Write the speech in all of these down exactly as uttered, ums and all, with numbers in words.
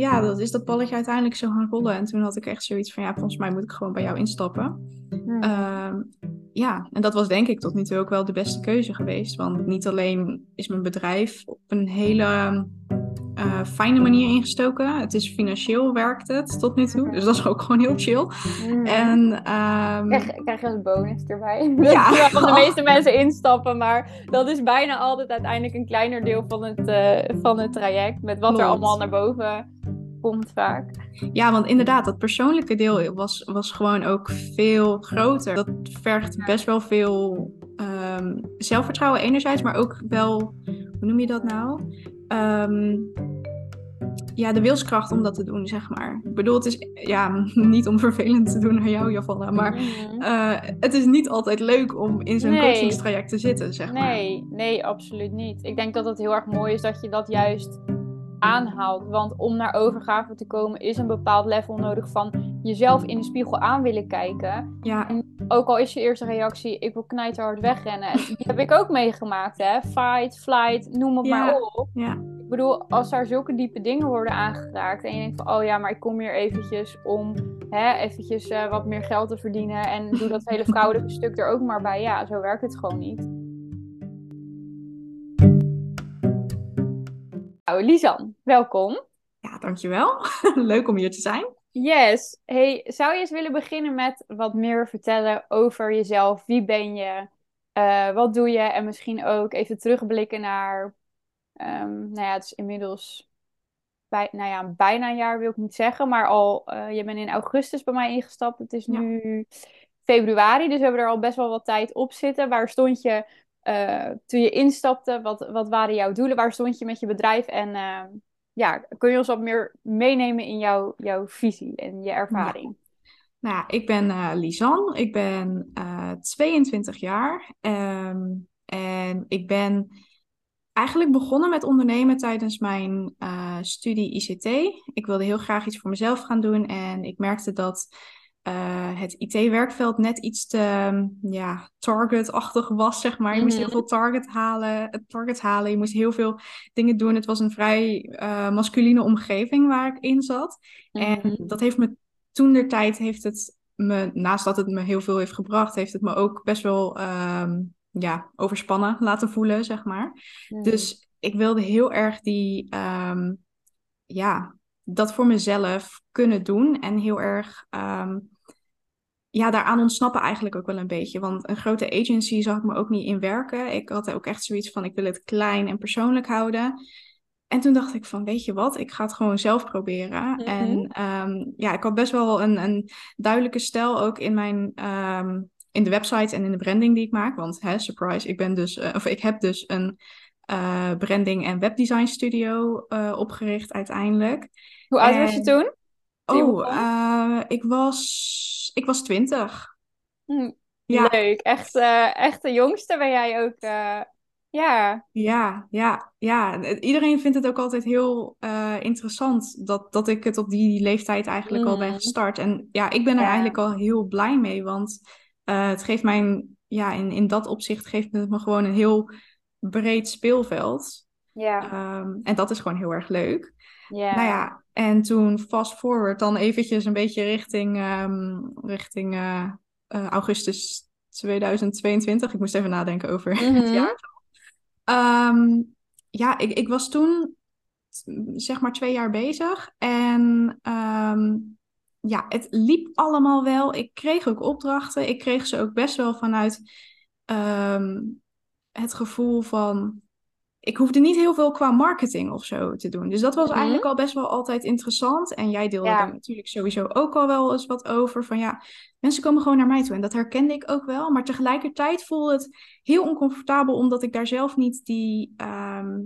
ja, dat is dat balletje uiteindelijk zo gaan rollen. En toen had ik echt zoiets van, ja, volgens mij moet ik gewoon bij jou instappen. Mhm. Ehm, ja, en dat was denk ik tot nu toe ook wel de beste keuze geweest. Want niet alleen is mijn bedrijf op een hele eh, fijne manier ingestoken. Het is financieel werkt het tot nu toe. Dus dat is ook gewoon heel chill. Mhm. En ehm, Krijg, krijg je als bonus erbij. Dat ja, is waarom de meeste mensen instappen. Maar dat is bijna altijd uiteindelijk een kleiner deel van het, eh, van het traject. Met wat er allemaal klopt. naar boven komt vaak. Ja, want inderdaad, dat persoonlijke deel was, was gewoon ook veel groter. Dat vergt best wel veel ehm, zelfvertrouwen enerzijds, maar ook wel, hoe noem je dat nou? Ehm, ja, de wilskracht om dat te doen, zeg maar. Ik bedoel, het is ja, niet om vervelend te doen naar jou, Javanna, maar Mhm. eh, het is niet altijd leuk om in zo'n Nee, coachingstraject te zitten, zeg maar. nee, nee, absoluut niet. Ik denk dat het heel erg mooi is dat je dat juist aanhaalt. Want om naar overgave te komen is een bepaald level nodig van jezelf in de spiegel aan willen kijken. Ja, En ook al is je eerste reactie, ik wil knijterhard wegrennen. En die heb ik ook meegemaakt, hè. Fight, flight, noem het maar ja, op. ja, Ik bedoel, als daar zulke diepe dingen worden aangeraakt en je denkt van, oh ja, maar ik kom hier eventjes om hè, eventjes eh, wat meer geld te verdienen en doe dat hele vrouwelijke stuk er ook maar bij. Ja, zo werkt het gewoon niet. Nou, Lisan, welkom. ja, dankjewel. Leuk om hier te zijn. Yes. Hey, zou je eens willen beginnen met wat meer vertellen over jezelf? Wie ben je? Eh, wat doe je? En misschien ook even terugblikken naar, ehm, nou ja, het is inmiddels bij, nou ja, bijna een jaar wil ik niet zeggen, maar al, eh, je bent in augustus bij mij ingestapt. Het is Ja. nu februari, dus we hebben er al best wel wat tijd op zitten. Waar stond je eh, toen je instapte? Wat, wat waren jouw doelen? Waar stond je met je bedrijf? En eh, ja, kun je ons wat meer meenemen in jouw, jouw visie en je Ja. ervaring? Nou ja, ik ben eh Lisanne, ik ben eh tweeëntwintig jaar ehm, en ik ben eigenlijk begonnen met ondernemen tijdens mijn eh, studie I C T. Ik wilde heel graag iets voor mezelf gaan doen en ik merkte dat eh, het I T-werkveld net iets te ehm, ja, target-achtig was, zeg maar. Je moest heel Mhm, veel target halen, het target halen, je moest heel veel dingen doen. Het was een vrij eh masculine omgeving waar ik in zat. En mhm, dat heeft me toen der tijd heeft het me, naast dat het me heel veel heeft gebracht, heeft het me ook best wel ehm, ja, overspannen laten voelen, zeg maar. mhm. Dus ik wilde heel erg die, ehm, ja, dat voor mezelf kunnen doen en heel erg, ehm, ja, daaraan ontsnappen eigenlijk ook wel een beetje. Want een grote agency zag ik me ook niet in werken. Ik had ook echt zoiets van, ik wil het klein en persoonlijk houden. En toen dacht ik van, weet je wat, ik ga het gewoon zelf proberen. Mhm. En ehm, ja, ik had best wel een, een duidelijke stijl ook in mijn, ehm, in de website en in de branding die ik maak. Want, hè, surprise, ik ben dus, eh, of ik heb dus een eh, branding en webdesign studio eh, opgericht uiteindelijk. Hoe oud was je En, toen? Toen je oh, begon? eh, ik was, ik was twintig. Hm, Ja, leuk. Echt, eh, echt de jongste ben jij ook. eh, ja. ja, ja, ja. Iedereen vindt het ook altijd heel eh, interessant dat, dat ik het op die leeftijd eigenlijk al ben Mhm. gestart. En ja, ik ben er Ja. eigenlijk al heel blij mee, want eh, het geeft mij, ja, in, in dat opzicht geeft het me gewoon een heel breed speelveld. Ja. Ehm, en dat is gewoon heel erg leuk. Nou Ja. ja, en toen fast forward dan eventjes een beetje richting, ehm, richting eh, eh, augustus tweeduizend tweeëntwintig. Ik moest even nadenken over het Mhm. jaar. Ehm, ja, ik, ik was toen zeg maar twee jaar bezig. En ehm, ja, het liep allemaal wel. Ik kreeg ook opdrachten. Ik kreeg ze ook best wel vanuit ehm, het gevoel van... Ik hoefde niet heel veel qua marketing of zo te doen. Dus dat was Mhm. eigenlijk al best wel altijd interessant. En jij deelde daar Ja. natuurlijk sowieso ook al wel eens wat over. Van ja, mensen komen gewoon naar mij toe. En dat herkende ik ook wel. Maar tegelijkertijd voelde het heel oncomfortabel, omdat ik daar zelf niet die, ehm,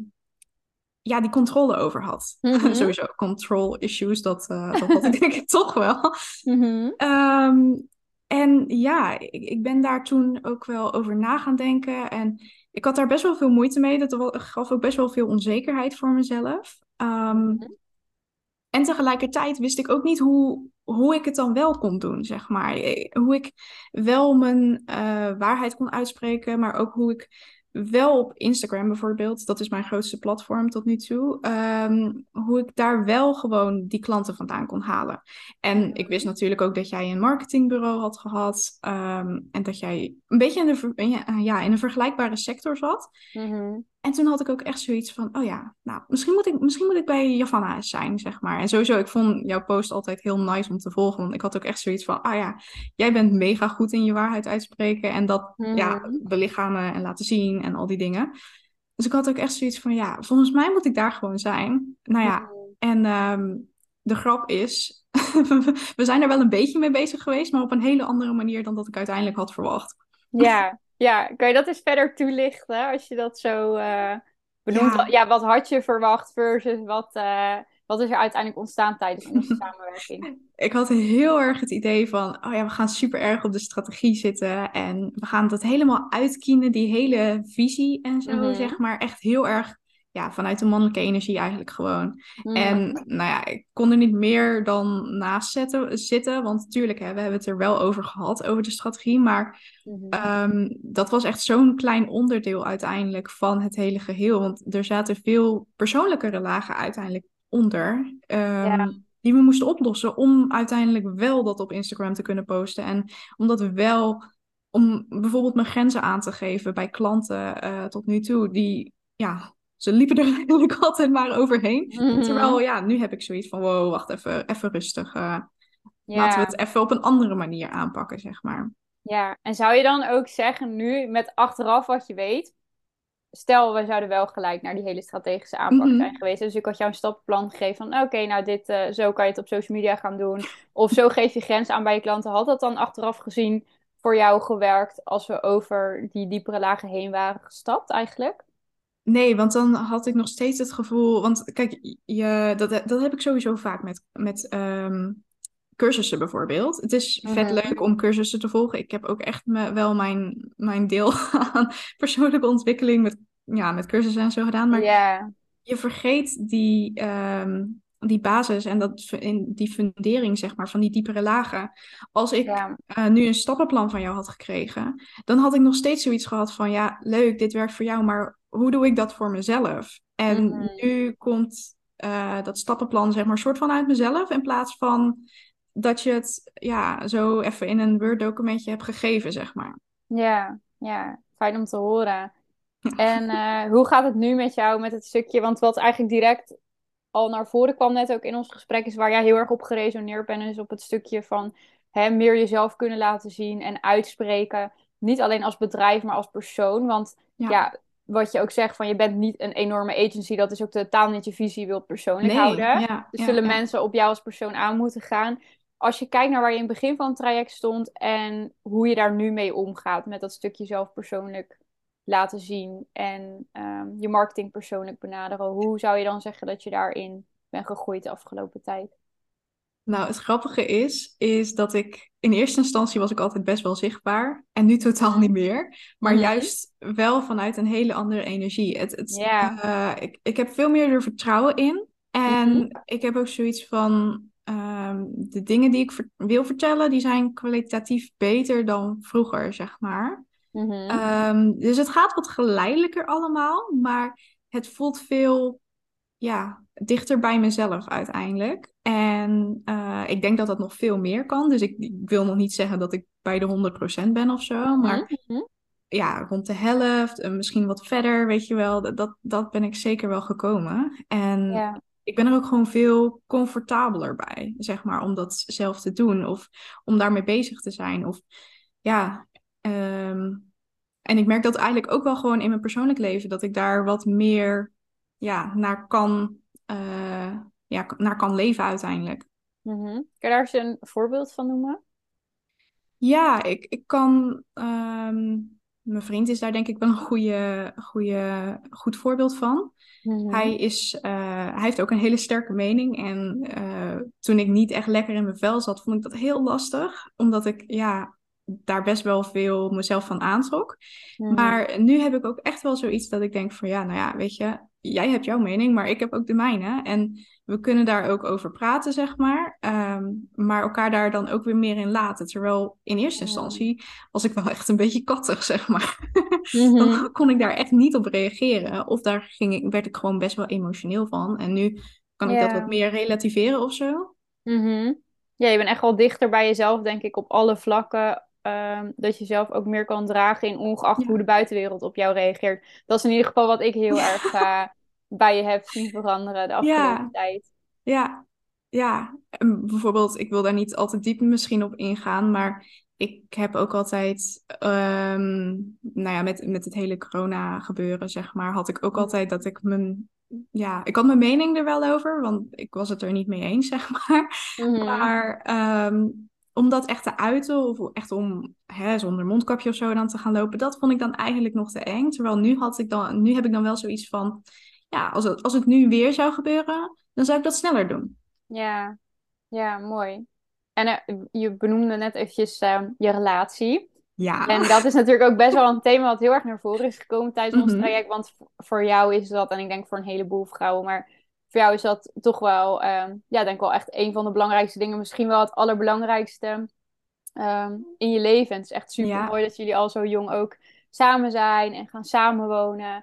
ja, die controle over had. Mhm. Sowieso control issues, dat, eh, dat had ik denk ik toch wel. Mhm. Ehm, en ja, ik, ik ben daar toen ook wel over na gaan denken. En ik had daar best wel veel moeite mee. Dat wa- gaf ook best wel veel onzekerheid voor mezelf. Ehm, Mhm. en tegelijkertijd wist ik ook niet hoe, hoe ik het dan wel kon doen, zeg maar. Eh, Hoe ik wel mijn eh, waarheid kon uitspreken, maar ook hoe ik wel op Instagram bijvoorbeeld, dat is mijn grootste platform tot nu toe, ehm, hoe ik daar wel gewoon die klanten vandaan kon halen. En ik wist natuurlijk ook dat jij een marketingbureau had gehad, ehm, en dat jij een beetje in, de, ver- ja, ja, in een vergelijkbare sector zat. Mhm. En toen had ik ook echt zoiets van, oh ja, nou, misschien moet ik, misschien moet ik bij Javanna eens zijn, zeg maar. En sowieso, ik vond jouw post altijd heel nice om te volgen. Want ik had ook echt zoiets van, ah ja, jij bent mega goed in je waarheid uitspreken. En dat, ja, Mhm. belichamen en laten zien en al die dingen. Dus ik had ook echt zoiets van, ja, volgens mij moet ik daar gewoon zijn. Nou ja, Mhm. en ehm, de grap is, we zijn er wel een beetje mee bezig geweest, maar op een hele andere manier dan dat ik uiteindelijk had verwacht. Ja, ja. Kan je dat eens verder toelichten als je dat zo eh, benoemt? Ja, Ja, wat had je verwacht versus wat, eh, wat is er uiteindelijk ontstaan tijdens onze samenwerking? ik had heel erg het idee van, oh ja, we gaan super erg op de strategie zitten en we gaan dat helemaal uitkienen, die hele visie en zo, zeg Mhm. maar, echt heel erg, ja, vanuit de mannelijke energie eigenlijk gewoon. En Mhm. nou ja, ik kon er niet meer dan naast zetten, zitten, want natuurlijk, hè, we hebben het er wel over gehad, over de strategie, maar Mhm. ehm, dat was echt zo'n klein onderdeel uiteindelijk van het hele geheel, want er zaten veel persoonlijkere lagen uiteindelijk onder. Ja. Ehm, die we moesten oplossen om uiteindelijk wel dat op Instagram te kunnen posten. En omdat we wel, om bijvoorbeeld mijn grenzen aan te geven bij klanten eh, tot nu toe, die, ja, ze liepen er eigenlijk altijd maar overheen. Terwijl, Mhm. ja, nu heb ik zoiets van, wow, wacht even, even rustig. eh, laten we Ja. het even op een andere manier aanpakken, zeg maar. Ja. En zou je dan ook zeggen nu, met achteraf wat je weet, stel, we zouden wel gelijk naar die hele strategische aanpak zijn Mhm. geweest. Dus ik had jou een stappenplan gegeven van, oké, nou dit, eh, zo kan je het op social media gaan doen. Of zo geef je grens aan bij je klanten. Had dat dan achteraf gezien voor jou gewerkt als we over die diepere lagen heen waren gestapt eigenlijk? Nee, want dan had ik nog steeds het gevoel. Want kijk, je, dat, dat heb ik sowieso vaak met, met ehm, cursussen bijvoorbeeld. Het is vet Mhm. leuk om cursussen te volgen. Ik heb ook echt me, wel mijn, mijn deel aan persoonlijke ontwikkeling met, ja, met cursussen en zo gedaan. Maar Ja, je vergeet die, ehm, die basis en dat, in die fundering, zeg maar, van die diepere lagen. Als ik ja. eh, nu een stappenplan van jou had gekregen, dan had ik nog steeds zoiets gehad van, ja, leuk, dit werkt voor jou, maar hoe doe ik dat voor mezelf? En Mhm. nu komt eh, dat stappenplan, zeg maar, soort van uit mezelf, in plaats van dat je het, ja, zo even in een Word-documentje hebt gegeven, zeg maar. Ja, ja. Fijn om te horen. En eh, hoe gaat het nu met jou met het stukje? Want wat eigenlijk direct al naar voren kwam net ook in ons gesprek, is waar jij heel erg op geresoneerd bent, is op het stukje van hè, meer jezelf kunnen laten zien en uitspreken. Niet alleen als bedrijf, maar als persoon. Want Ja, ja, wat je ook zegt, van je bent niet een enorme agency, dat is ook totaal niet je visie, je wilt persoonlijk nee, houden. ja, Dus ja, zullen ja. mensen op jou als persoon aan moeten gaan. Als je kijkt naar waar je in het begin van het traject stond en hoe je daar nu mee omgaat met dat stukje zelf persoonlijk laten zien en ehm, je marketing persoonlijk benaderen. Hoe zou je dan zeggen dat je daarin bent gegroeid de afgelopen tijd? Nou, het grappige is, is dat ik in eerste instantie was ik altijd best wel zichtbaar en nu totaal niet Mhm. meer, maar Mhm. juist wel vanuit een hele andere energie. Het, het, Ja. eh, ik, ik heb veel meer er vertrouwen in Mhm. en ik heb ook zoiets van ehm, de dingen die ik ver- wil vertellen, die zijn kwalitatief beter dan vroeger, zeg maar. Mhm. Ehm, dus het gaat wat geleidelijker allemaal, maar het voelt veel ja, dichter bij mezelf uiteindelijk. En eh, ik denk dat dat nog veel meer kan. Dus ik, ik wil nog niet zeggen dat ik bij de honderd procent ben of zo. Mhm. Maar Mhm. ja, rond de helft, en misschien wat verder, weet je wel. Dat, dat, dat ben ik zeker wel gekomen. En Ja. ik ben er ook gewoon veel comfortabeler bij, zeg maar, om dat zelf te doen. Of om daarmee bezig te zijn. Of ja, ehm, en ik merk dat eigenlijk ook wel gewoon in mijn persoonlijk leven, dat ik daar wat meer ja, naar kan, eh, ja, naar kan leven uiteindelijk. Mhm. Kun je daar eens een voorbeeld van noemen? Ja, ik, ik kan. ehm, mijn vriend is daar denk ik wel een goede, goede, goed voorbeeld van. Mhm. Hij is, eh, hij heeft ook een hele sterke mening. En eh, toen ik niet echt lekker in mijn vel zat, vond ik dat heel lastig. Omdat ik, ja, daar best wel veel mezelf van aantrok. Mhm. Maar nu heb ik ook echt wel zoiets dat ik denk van ja, nou ja, weet je, jij hebt jouw mening, maar ik heb ook de mijne. En we kunnen daar ook over praten, zeg maar. Ehm, maar elkaar daar dan ook weer meer in laten. Terwijl in eerste Mhm. instantie was ik wel echt een beetje kattig, zeg maar. Mhm. Dan kon ik daar echt niet op reageren. Of daar ging ik, werd ik gewoon best wel emotioneel van. En nu kan ik dat wat Ja. meer relativeren of zo. Mhm. Ja, je bent echt wel dichter bij jezelf, denk ik, op alle vlakken. Ehm, dat je zelf ook meer kan dragen in ongeacht hoe Ja. de buitenwereld op jou reageert. Dat is in ieder geval wat ik heel erg eh, bij je heb zien veranderen de afgelopen Ja, tijd. ja, ja. En bijvoorbeeld, ik wil daar niet altijd diep misschien op ingaan, maar ik heb ook altijd, ehm, nou ja, met, met het hele corona gebeuren, zeg maar, had ik ook altijd dat ik mijn, ja, ik had mijn mening er wel over, want ik was het er niet mee eens, zeg maar. Mhm. Maar ehm, om dat echt te uiten, of echt om hè, zonder mondkapje of zo dan te gaan lopen, dat vond ik dan eigenlijk nog te eng. Terwijl nu had ik dan, nu heb ik dan wel zoiets van, ja, als het, als het nu weer zou gebeuren, dan zou ik dat sneller doen. Ja, ja, mooi. En eh, je benoemde net eventjes ehm, je relatie. Ja. En dat is natuurlijk ook best wel een thema wat heel erg naar voren is gekomen tijdens ons Mhm. traject. Want v- voor jou is dat, en ik denk voor een heleboel vrouwen, maar voor jou is dat toch wel, ehm, ja, denk wel echt een van de belangrijkste dingen. Misschien wel het allerbelangrijkste ehm, in je leven. En het is echt super Ja. mooi dat jullie al zo jong ook samen zijn en gaan samenwonen.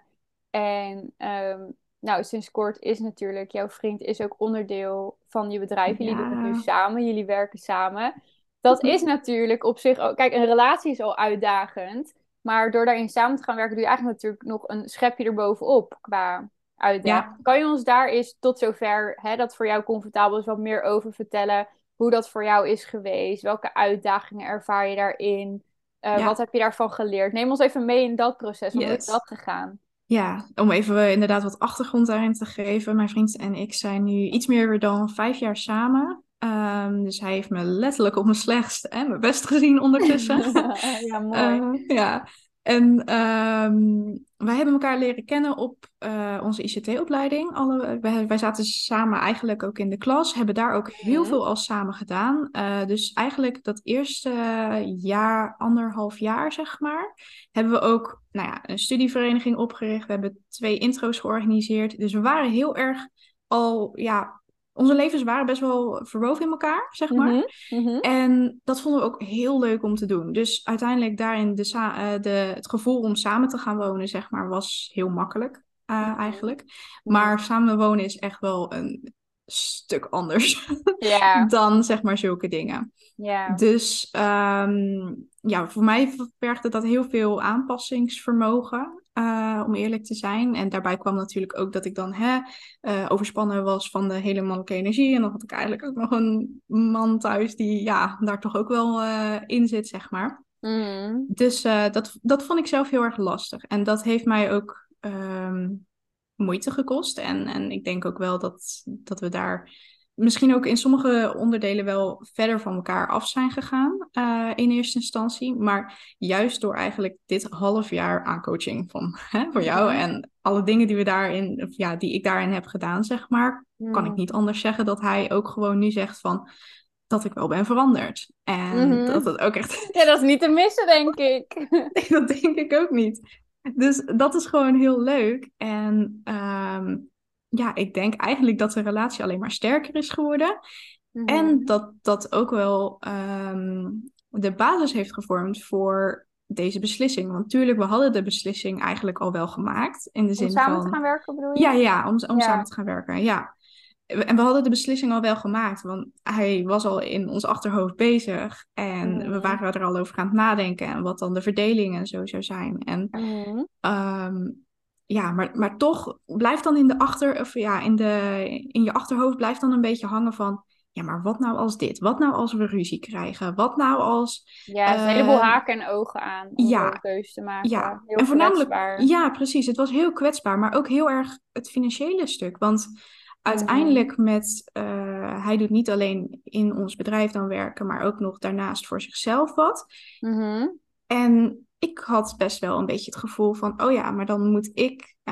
En ehm, nou, sinds kort is natuurlijk jouw vriend is ook onderdeel van je bedrijf. Jullie doen het nu Ja. samen, jullie werken samen. Dat is Mhm. natuurlijk op zich ook... Kijk, een relatie is al uitdagend. Maar door daarin samen te gaan werken, doe je eigenlijk natuurlijk nog een schepje erbovenop qua Ja. uitdaging. Kan je ons daar eens tot zover hè, dat voor jou comfortabel is wat meer over vertellen? Hoe dat voor jou is geweest? Welke uitdagingen ervaar je daarin? Uh, wat Ja. heb je daarvan geleerd? Neem ons even mee in dat proces. Want hoe is Yes. dat gegaan? Ja, om even eh, inderdaad wat achtergrond daarin te geven. Mijn vriend en ik zijn nu iets meer dan vijf jaar samen. Ehm, dus hij heeft me letterlijk op mijn slechtst en mijn best gezien ondertussen. Ja, mooi. Eh, ja, en ehm, wij hebben elkaar leren kennen op eh, onze I C T-opleiding. Alle, wij, wij zaten samen eigenlijk ook in de klas, hebben daar ook heel Mhm. veel al samen gedaan. Eh, dus eigenlijk dat eerste jaar, anderhalf jaar, zeg maar, hebben we ook nou ja, een studievereniging opgericht. We hebben twee intro's georganiseerd. Dus we waren heel erg al, ja, onze levens waren best wel verwoven in elkaar, zeg maar. Mhm. Mhm. En dat vonden we ook heel leuk om te doen. Dus uiteindelijk daarin de, sa- eh, de, het gevoel om samen te gaan wonen, zeg maar, was heel makkelijk eh, Mhm. eigenlijk. Mhm. Maar samen wonen is echt wel een stuk anders Ja, dan, zeg maar, zulke dingen. ja. Dus ehm, ja, voor mij vergde dat heel veel aanpassingsvermogen, eh, om eerlijk te zijn. En daarbij kwam natuurlijk ook dat ik dan hè, eh, overspannen was van de hele mannelijke energie. En dan had ik eigenlijk ook nog een man thuis die ja, daar toch ook wel eh, in zit, zeg maar. Mhm. Dus eh, dat, dat vond ik zelf heel erg lastig. En dat heeft mij ook ehm, moeite gekost. En, en ik denk ook wel dat, dat we daar misschien ook in sommige onderdelen wel verder van elkaar af zijn gegaan eh, in eerste instantie. Maar juist door eigenlijk dit half jaar aan coaching van, hè, voor jou Mhm. en alle dingen die we daarin, of ja, die ik daarin heb gedaan, zeg maar, kan ik Mhm. niet anders zeggen dat hij ook gewoon nu zegt van dat ik wel ben veranderd. En dat Mhm. het ook echt Ja, dat is niet te missen, denk ik. nee, dat denk ik ook niet. Dus dat is gewoon heel leuk. En ehm, ja, ik denk eigenlijk dat de relatie alleen maar sterker is geworden. En Mhm. dat dat ook wel ehm, de basis heeft gevormd voor deze beslissing. Want natuurlijk, we hadden de beslissing eigenlijk al wel gemaakt. In de Om zin samen te van, gaan werken, bedoel ja, je? ja, om, om samen Ja. te gaan werken. Ja. En we hadden de beslissing al wel gemaakt, want hij was al in ons achterhoofd bezig en we Mhm. waren er al over aan het nadenken en wat dan de verdeling en zo zou zijn. En Mhm. ehm, ja, maar, maar toch blijft dan in de achter, of ja, in de, in je achterhoofd blijft dan een beetje hangen van, ja, maar wat nou als dit? Wat nou als we ruzie krijgen? Wat nou als, Ja, er is een heleboel eh, haken en ogen aan om zo'n ja, keuze te maken. ja, Heel en voornamelijk, kwetsbaar. ja, precies. Het was heel kwetsbaar, maar ook heel erg het financiële stuk. Want Mhm. uiteindelijk met, eh, hij doet niet alleen in ons bedrijf dan werken, maar ook nog daarnaast voor zichzelf wat. Mhm. En ik had best wel een beetje het gevoel van, oh ja, maar dan moet ik, eh,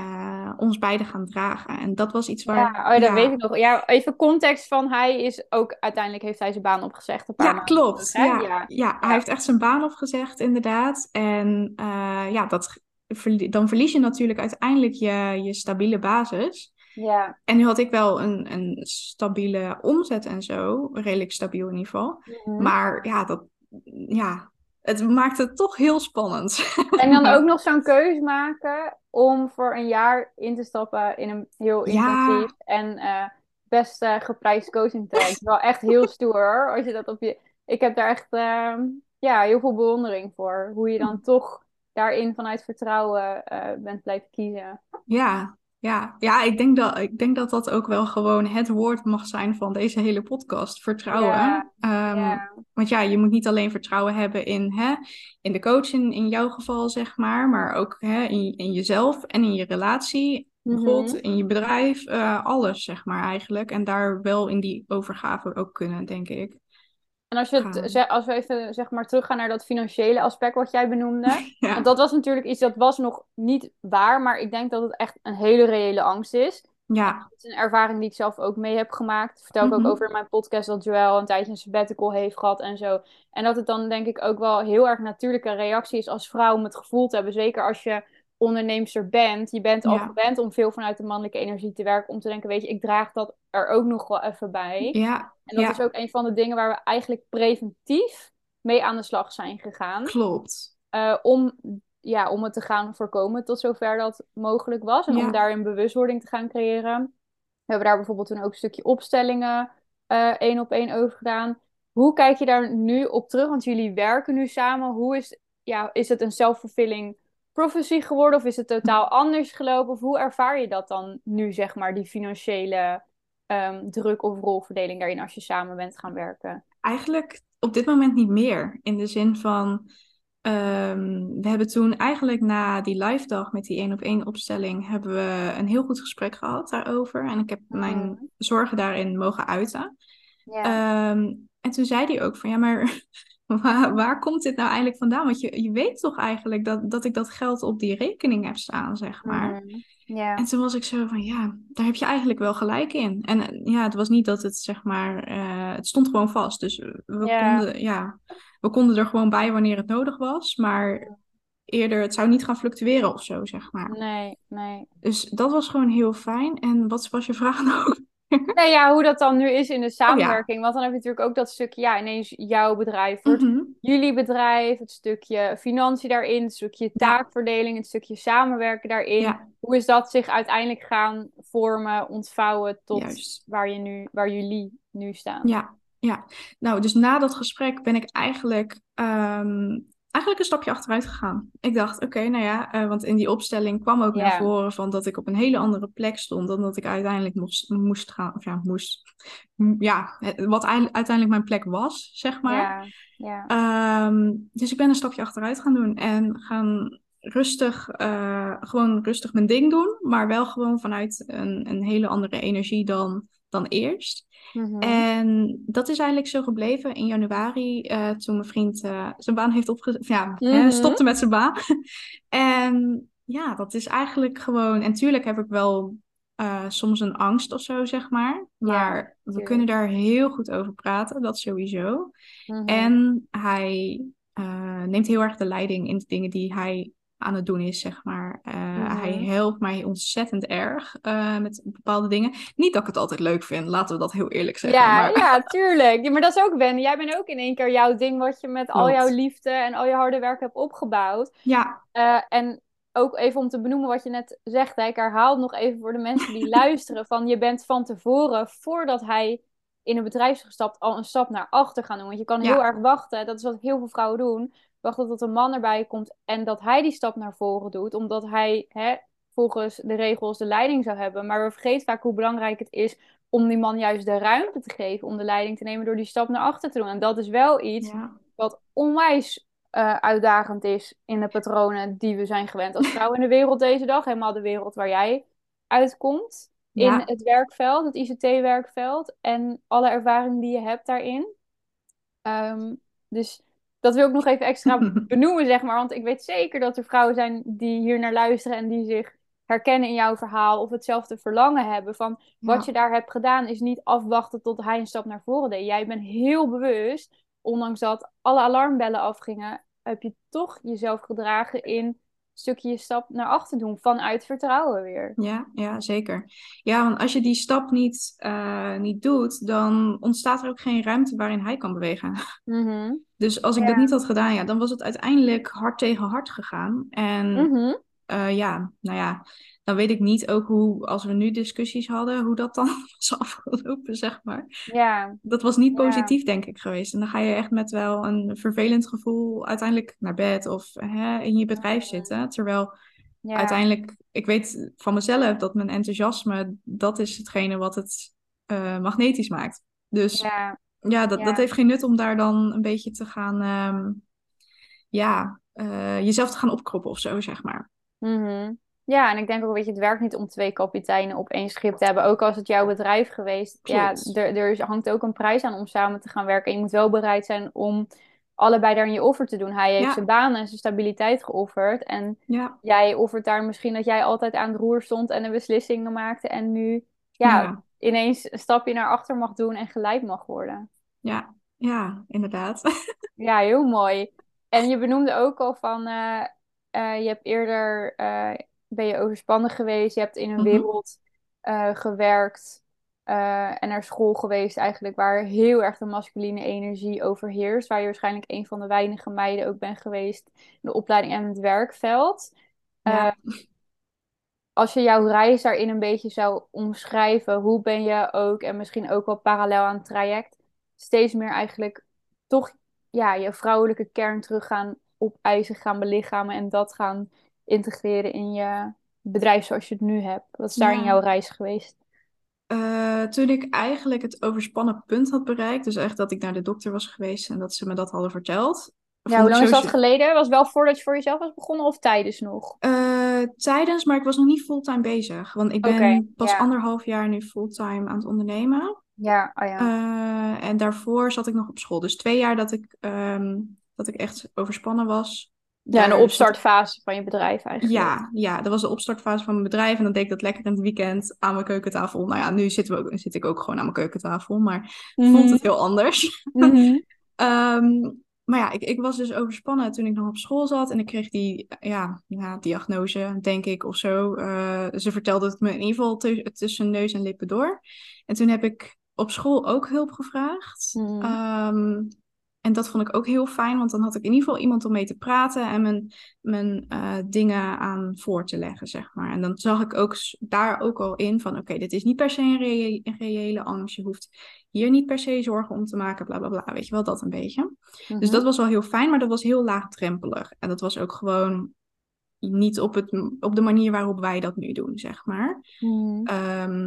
uh, ons beiden gaan dragen. En dat was iets Ja, waar, oh, dat weet ja, ik nog. Ja, even context van hij is ook... Uiteindelijk heeft hij zijn baan opgezegd een paar ja, maanden terug, klopt. hè? Ja, Ja, ja, hij ja. heeft echt zijn baan opgezegd, inderdaad. En uh, ja, dat, verlie- dan verlies je natuurlijk uiteindelijk je, je stabiele basis. Ja. En nu had ik wel een, een stabiele omzet en zo, redelijk stabiel in ieder geval. Mhm. Maar ja, dat, ja, het maakt het toch heel spannend. En dan ook nog zo'n keus maken om voor een jaar in te stappen in een heel intensief Ja, en eh best eh, geprijsd coaching traject. Wel echt heel stoer hoor, als je dat op je... Ik heb daar echt eh, ja, heel veel bewondering voor. Hoe je dan toch daarin vanuit vertrouwen eh, bent blijven kiezen. ja, ja, ja, ik denk dat, ik denk dat dat ook wel gewoon het woord mag zijn van deze hele podcast. Ja, Vertrouwen. Ehm, ja. want ja, je moet niet alleen vertrouwen hebben in, hè, in de coach, in, in jouw geval, zeg maar, maar ook hè, in, in jezelf en in je relatie, God, Mhm. in je bedrijf, eh, alles, zeg maar, eigenlijk. En daar wel in die overgave ook kunnen, denk ik, En als, je het, gaan. ze- als we even zeg maar teruggaan naar dat financiële aspect wat jij benoemde. Want Ja, dat was natuurlijk iets dat was nog niet waar, maar ik denk dat het echt een hele reële angst is. En ja, het is een ervaring die ik zelf ook mee heb gemaakt. Vertel ik ook mhm, over in mijn podcast dat Joël een tijdje een sabbatical heeft gehad en zo. En dat het dan denk ik ook wel heel erg natuurlijke reactie is als vrouw om het gevoel te hebben. Zeker als je onderneemster bent. Je bent al ja, gewend om veel vanuit de mannelijke energie te werken. Om te denken, weet je, ik draag dat er ook nog wel even bij. ja, En dat is ja, ook een van de dingen waar we eigenlijk preventief mee aan de slag zijn gegaan. klopt. Eh, om, ja, om het te gaan voorkomen tot zover dat mogelijk was. En om Ja. daarin bewustwording te gaan creëren. We hebben daar bijvoorbeeld toen ook een stukje opstellingen eh, één op één over gedaan. Hoe kijk je daar nu op terug? Want jullie werken nu samen. Hoe is, ja, is het een self-fulfilling prophecy geworden? Of is het totaal anders gelopen? Of hoe ervaar je dat dan nu, zeg maar, die financiële ehm, druk of rolverdeling daarin als je samen bent gaan werken? Eigenlijk op dit moment niet meer. In de zin van, ehm, we hebben toen eigenlijk na die live dag met die één op één opstelling, hebben we een heel goed gesprek gehad daarover. En ik heb mijn Mhm. zorgen daarin mogen uiten. Ja. Ehm, en toen zei hij ook van, ja, maar waar, waar komt dit nou eigenlijk vandaan? Want je, je weet toch eigenlijk dat, dat ik dat geld op die rekening heb staan, zeg maar. Mhm. En Ja. toen was ik zo van, ja, daar heb je eigenlijk wel gelijk in. En eh, ja, het was niet dat het, zeg maar, eh, het stond gewoon vast. Dus we Ja. konden, ja, we konden er gewoon bij wanneer het nodig was. Maar eerder, het zou niet gaan fluctueren of zo, zeg maar. Nee, nee. Dus dat was gewoon heel fijn. En wat was je vraag nou? Nou ja, hoe dat dan nu is in de Oh ja. samenwerking. Want dan heb je natuurlijk ook dat stukje, ja, ineens jouw bedrijf wordt Mhm. jullie bedrijf, het stukje financiën daarin, het stukje Ja, taakverdeling, het stukje samenwerken daarin. ja, Hoe is dat zich uiteindelijk gaan vormen, ontvouwen tot juist. waar je nu, waar jullie nu staan? Ja, ja. Nou, dus na dat gesprek ben ik eigenlijk, ehm, eigenlijk een stapje achteruit gegaan. Ik dacht, oké, nou ja, eh, want in die opstelling kwam ook naar Ja, voren van dat ik op een hele andere plek stond dan dat ik uiteindelijk moest, moest gaan, of ja, moest, m- ja, het- wat eind- uiteindelijk mijn plek was, zeg maar. ja, ja. Ehm, dus ik ben een stapje achteruit gaan doen en gaan rustig, eh, gewoon rustig mijn ding doen, maar wel gewoon vanuit een, een hele andere energie dan, dan eerst. Mhm. En dat is eigenlijk zo gebleven in januari, eh, toen mijn vriend eh, zijn baan heeft opgezet, ja, hè, Mhm. stopte met zijn baan. En ja, dat is eigenlijk gewoon, en tuurlijk heb ik wel eh, soms een angst of zo, zeg maar. Ja, Maar we kunnen tuurlijk. daar heel goed over praten, dat sowieso. Mhm. En hij eh, neemt heel erg de leiding in de dingen die hij aan het doen is, zeg maar. Eh, hij Mhm. helpt mij ontzettend erg eh, met bepaalde dingen. Niet dat ik het altijd leuk vind, laten we dat heel eerlijk zeggen. Ja, Maar ja, tuurlijk. Ja, maar dat is ook wennen. Jij bent ook in één keer jouw ding wat je met al jouw klopt. liefde en al je harde werk hebt opgebouwd. Ja, Eh, en ook even om te benoemen wat je net zegt, hè, ik herhaal het nog even voor de mensen die luisteren, van je bent van tevoren, voordat hij in een bedrijf is gestapt, al een stap naar achter gaan doen. Want je kan heel ja, erg wachten, dat is wat heel veel vrouwen doen, wachten tot een man erbij komt en dat hij die stap naar voren doet, omdat hij hè, volgens de regels de leiding zou hebben. Maar we vergeten vaak hoe belangrijk het is om die man juist de ruimte te geven om de leiding te nemen door die stap naar achter te doen. En dat is wel iets ja, wat onwijs eh, uitdagend is in de patronen die we zijn gewend als vrouw in de wereld deze dag. Helemaal de wereld waar jij uitkomt in ja. het werkveld, het I C T-werkveld en alle ervaring die je hebt daarin. Ehm, dus dat wil ik nog even extra benoemen, zeg maar. Want ik weet zeker dat er vrouwen zijn die hier naar luisteren en die zich herkennen in jouw verhaal of hetzelfde verlangen hebben. Van wat Ja, je daar hebt gedaan is niet afwachten tot hij een stap naar voren deed. Jij bent heel bewust, ondanks dat alle alarmbellen afgingen, heb je toch jezelf gedragen in een stukje je stap naar achter doen vanuit vertrouwen weer. ja, ja, zeker. Ja, want als je die stap niet, eh, niet doet, dan ontstaat er ook geen ruimte waarin hij kan bewegen. Mhm. Dus als ik dat niet Ja. had gedaan, ja, dan was het uiteindelijk hard tegen hard gegaan. En Mhm. eh, ja, nou ja, dan weet ik niet ook hoe, als we nu discussies hadden, hoe dat dan was afgelopen, zeg maar. Ja. Dat was niet Ja. positief, denk ik, geweest. En dan ga je echt met wel een vervelend gevoel uiteindelijk naar bed of hè, in je bedrijf Mhm. zitten. Terwijl Ja. uiteindelijk, ik weet van mezelf dat mijn enthousiasme, dat is hetgene wat het eh, magnetisch maakt. Dus Ja. ja, dat, dat Ja. heeft geen nut om daar dan een beetje te gaan, ehm, ja, eh, jezelf te gaan opkroppen of zo, zeg maar. Mhm. Ja, en ik denk ook, weet je, het werkt niet om twee kapiteinen op één schip te hebben. Ook als het jouw bedrijf geweest. Ja, Klopt. er, er is- hangt ook een prijs aan om samen te gaan werken. En je moet wel bereid zijn om allebei daarin je offer te doen. Hij heeft zijn Ja, baan en zijn stabiliteit geofferd. En ja, jij offert daar misschien dat jij altijd aan het roer stond en de beslissingen maakte. En nu, ja, ja, ineens een stapje naar achter mag doen en geleid mag worden. ja, ja, inderdaad. Ja, heel mooi. En je benoemde ook al van, eh, eh, je hebt eerder, eh, ben je overspannen geweest, je hebt in een Mhm. wereld eh, gewerkt eh, en naar school geweest eigenlijk waar heel erg de masculine energie overheerst, waar je waarschijnlijk een van de weinige meiden ook bent geweest in de opleiding en het werkveld. Eh, Ja. als je jouw reis daarin een beetje zou omschrijven, hoe ben je ook, en misschien ook wel parallel aan het traject, steeds meer eigenlijk toch ja, je vrouwelijke kern terug gaan opeisen, gaan belichamen en dat gaan integreren in je bedrijf zoals je het nu hebt? Wat is daar in Ja. jouw reis geweest? Eh, toen ik eigenlijk het overspannen punt had bereikt, dus echt dat ik naar de dokter was geweest en dat ze me dat hadden verteld, Ja, vond hoe ik lang is dat sowieso geleden? Was wel voordat je voor jezelf was begonnen of tijdens nog? eh, tijdens, maar ik was nog niet fulltime bezig, want ik Oké, ben pas ja. anderhalf jaar nu fulltime aan het ondernemen. Ja, oh ja. Eh, en daarvoor zat ik nog op school, dus twee jaar dat ik, ehm, dat ik echt overspannen was, Ja, in de daar zat ik. opstartfase van je bedrijf eigenlijk. Ja, ja, dat was de opstartfase van mijn bedrijf. En dan deed ik dat lekker in het weekend aan mijn keukentafel. Nou ja, nu zitten we ook, zit ik ook gewoon aan mijn keukentafel. Maar voelt Mhm, het heel anders. mhm. Ehm, maar ja, ik, ik was dus overspannen toen ik nog op school zat. En ik kreeg die ja, ja, diagnose, denk ik, of zo. Eh, ze vertelde het me in ieder geval tu- tussen neus en lippen door. En toen heb ik op school ook hulp gevraagd. Mhm. Ehm, en dat vond ik ook heel fijn, want dan had ik in ieder geval iemand om mee te praten en mijn, mijn eh, dingen aan voor te leggen, zeg maar. En dan zag ik ook s- daar ook al in van, oké, dit is niet per se een, rea- een reële angst. Je hoeft hier niet per se zorgen om te maken, bla bla bla. Weet je wel, dat een beetje. Dus Mhm. dat was wel heel fijn, maar dat was heel laagdrempelig. En dat was ook gewoon niet op, het, op de manier waarop wij dat nu doen, zeg maar. Mhm. Ehm,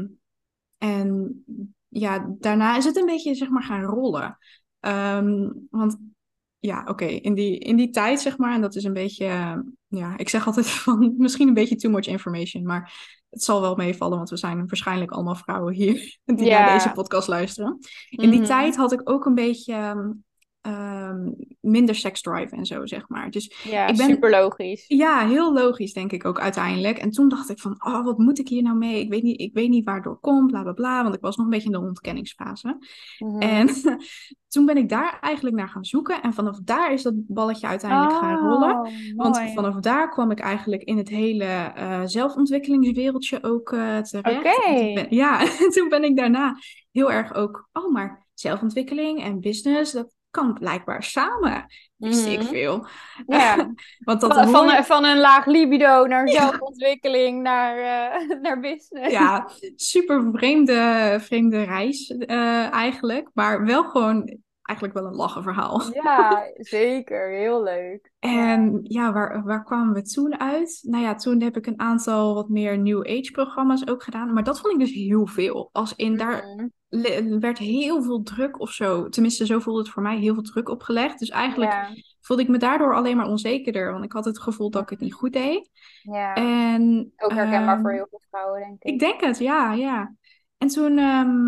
en ja, daarna is het een beetje, zeg maar, gaan rollen. Ehm, want ja, oké, in die, in die tijd, zeg maar, en dat is een beetje, eh, ja, ik zeg altijd van misschien een beetje too much information, maar het zal wel meevallen, want we zijn waarschijnlijk allemaal vrouwen hier die naar deze Ja. podcast luisteren. In die tijd Mhm. had ik ook een beetje ehm, ehm, minder seksdrive en zo, zeg maar. Dus Ja, ik super ben logisch. ja, heel logisch, denk ik ook uiteindelijk. En toen dacht ik van, oh, wat moet ik hier nou mee? Ik weet niet, ik weet niet waardoor het komt, bla bla bla. Want ik was nog een beetje in de ontkenningsfase. Mhm. En toen ben ik daar eigenlijk naar gaan zoeken. En vanaf daar is dat balletje uiteindelijk gaan rollen. Oh, Want mooi. vanaf daar kwam ik eigenlijk in het hele eh, zelfontwikkelingswereldje ook eh, Oké. terecht. En toen ben, ja, en toen ben ik daarna heel erg ook, oh, maar zelfontwikkeling en business, dat kan blijkbaar samen. Wist ik Mhm. veel. Ja. Want dat Van, hoor van, je. van een laag libido naar Ja, zelfontwikkeling naar, eh, naar business. ja, super vreemde, vreemde reis eh, eigenlijk. Maar wel gewoon eigenlijk wel een lachen verhaal. Ja, zeker. Heel leuk. Ja. En ja, waar, waar kwamen we toen uit? Nou ja, toen heb ik een aantal wat meer New Age programma's ook gedaan. Maar dat vond ik dus heel veel. Als in daar Mhm. le- werd heel veel druk of zo. Tenminste, zo voelde het voor mij heel veel druk opgelegd. Dus eigenlijk Ja. voelde ik me daardoor alleen maar onzekerder. Want ik had het gevoel dat ik het niet Mhm. goed deed. Ja. En Ook herkenbaar ehm, voor heel veel vrouwen, denk ik ik. denk het, ja, ja. En toen,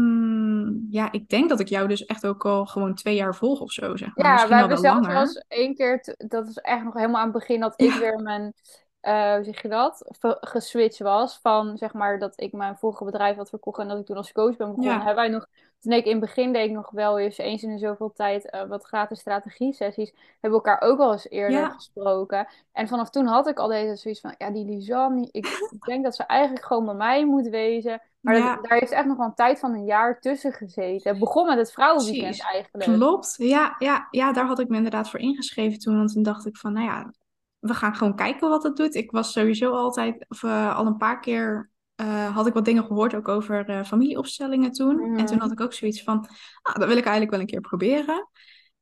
ehm, ja, ik denk dat ik jou dus echt ook al gewoon twee jaar volg of zo, zeg maar. Ja, we Misschien al hebben wel zelfs wel langer. eens één keer, t- dat is echt nog helemaal aan het begin, dat ik weer mijn uh, hoe zeg je dat, Ver- geswitcht was van, zeg maar, dat ik mijn vorige bedrijf had verkocht en dat ik toen als coach ben begonnen, Ja, hebben wij nog, toen deed ik in het begin deed ik nog wel eens, eens in de zoveel tijd, uh, wat gratis strategie-sessies, hebben we elkaar ook wel eens eerder ja, gesproken. En vanaf toen had ik al deze zoiets van, ja, die Lisanne, ik denk dat ze eigenlijk gewoon bij mij moet wezen. Maar dat, ja, daar heeft echt nog wel een tijd van een jaar tussen gezeten. Het begon met het vrouwenweekend precies. eigenlijk. Klopt. Ja, ja, ja, daar had ik me inderdaad voor ingeschreven toen. Want toen dacht ik van, nou ja, we gaan gewoon kijken wat het doet. Ik was sowieso altijd, of eh, al een paar keer eh, had ik wat dingen gehoord ook over eh, familieopstellingen toen. En toen Mhm. had ik ook zoiets van, ah, dat wil ik eigenlijk wel een keer proberen.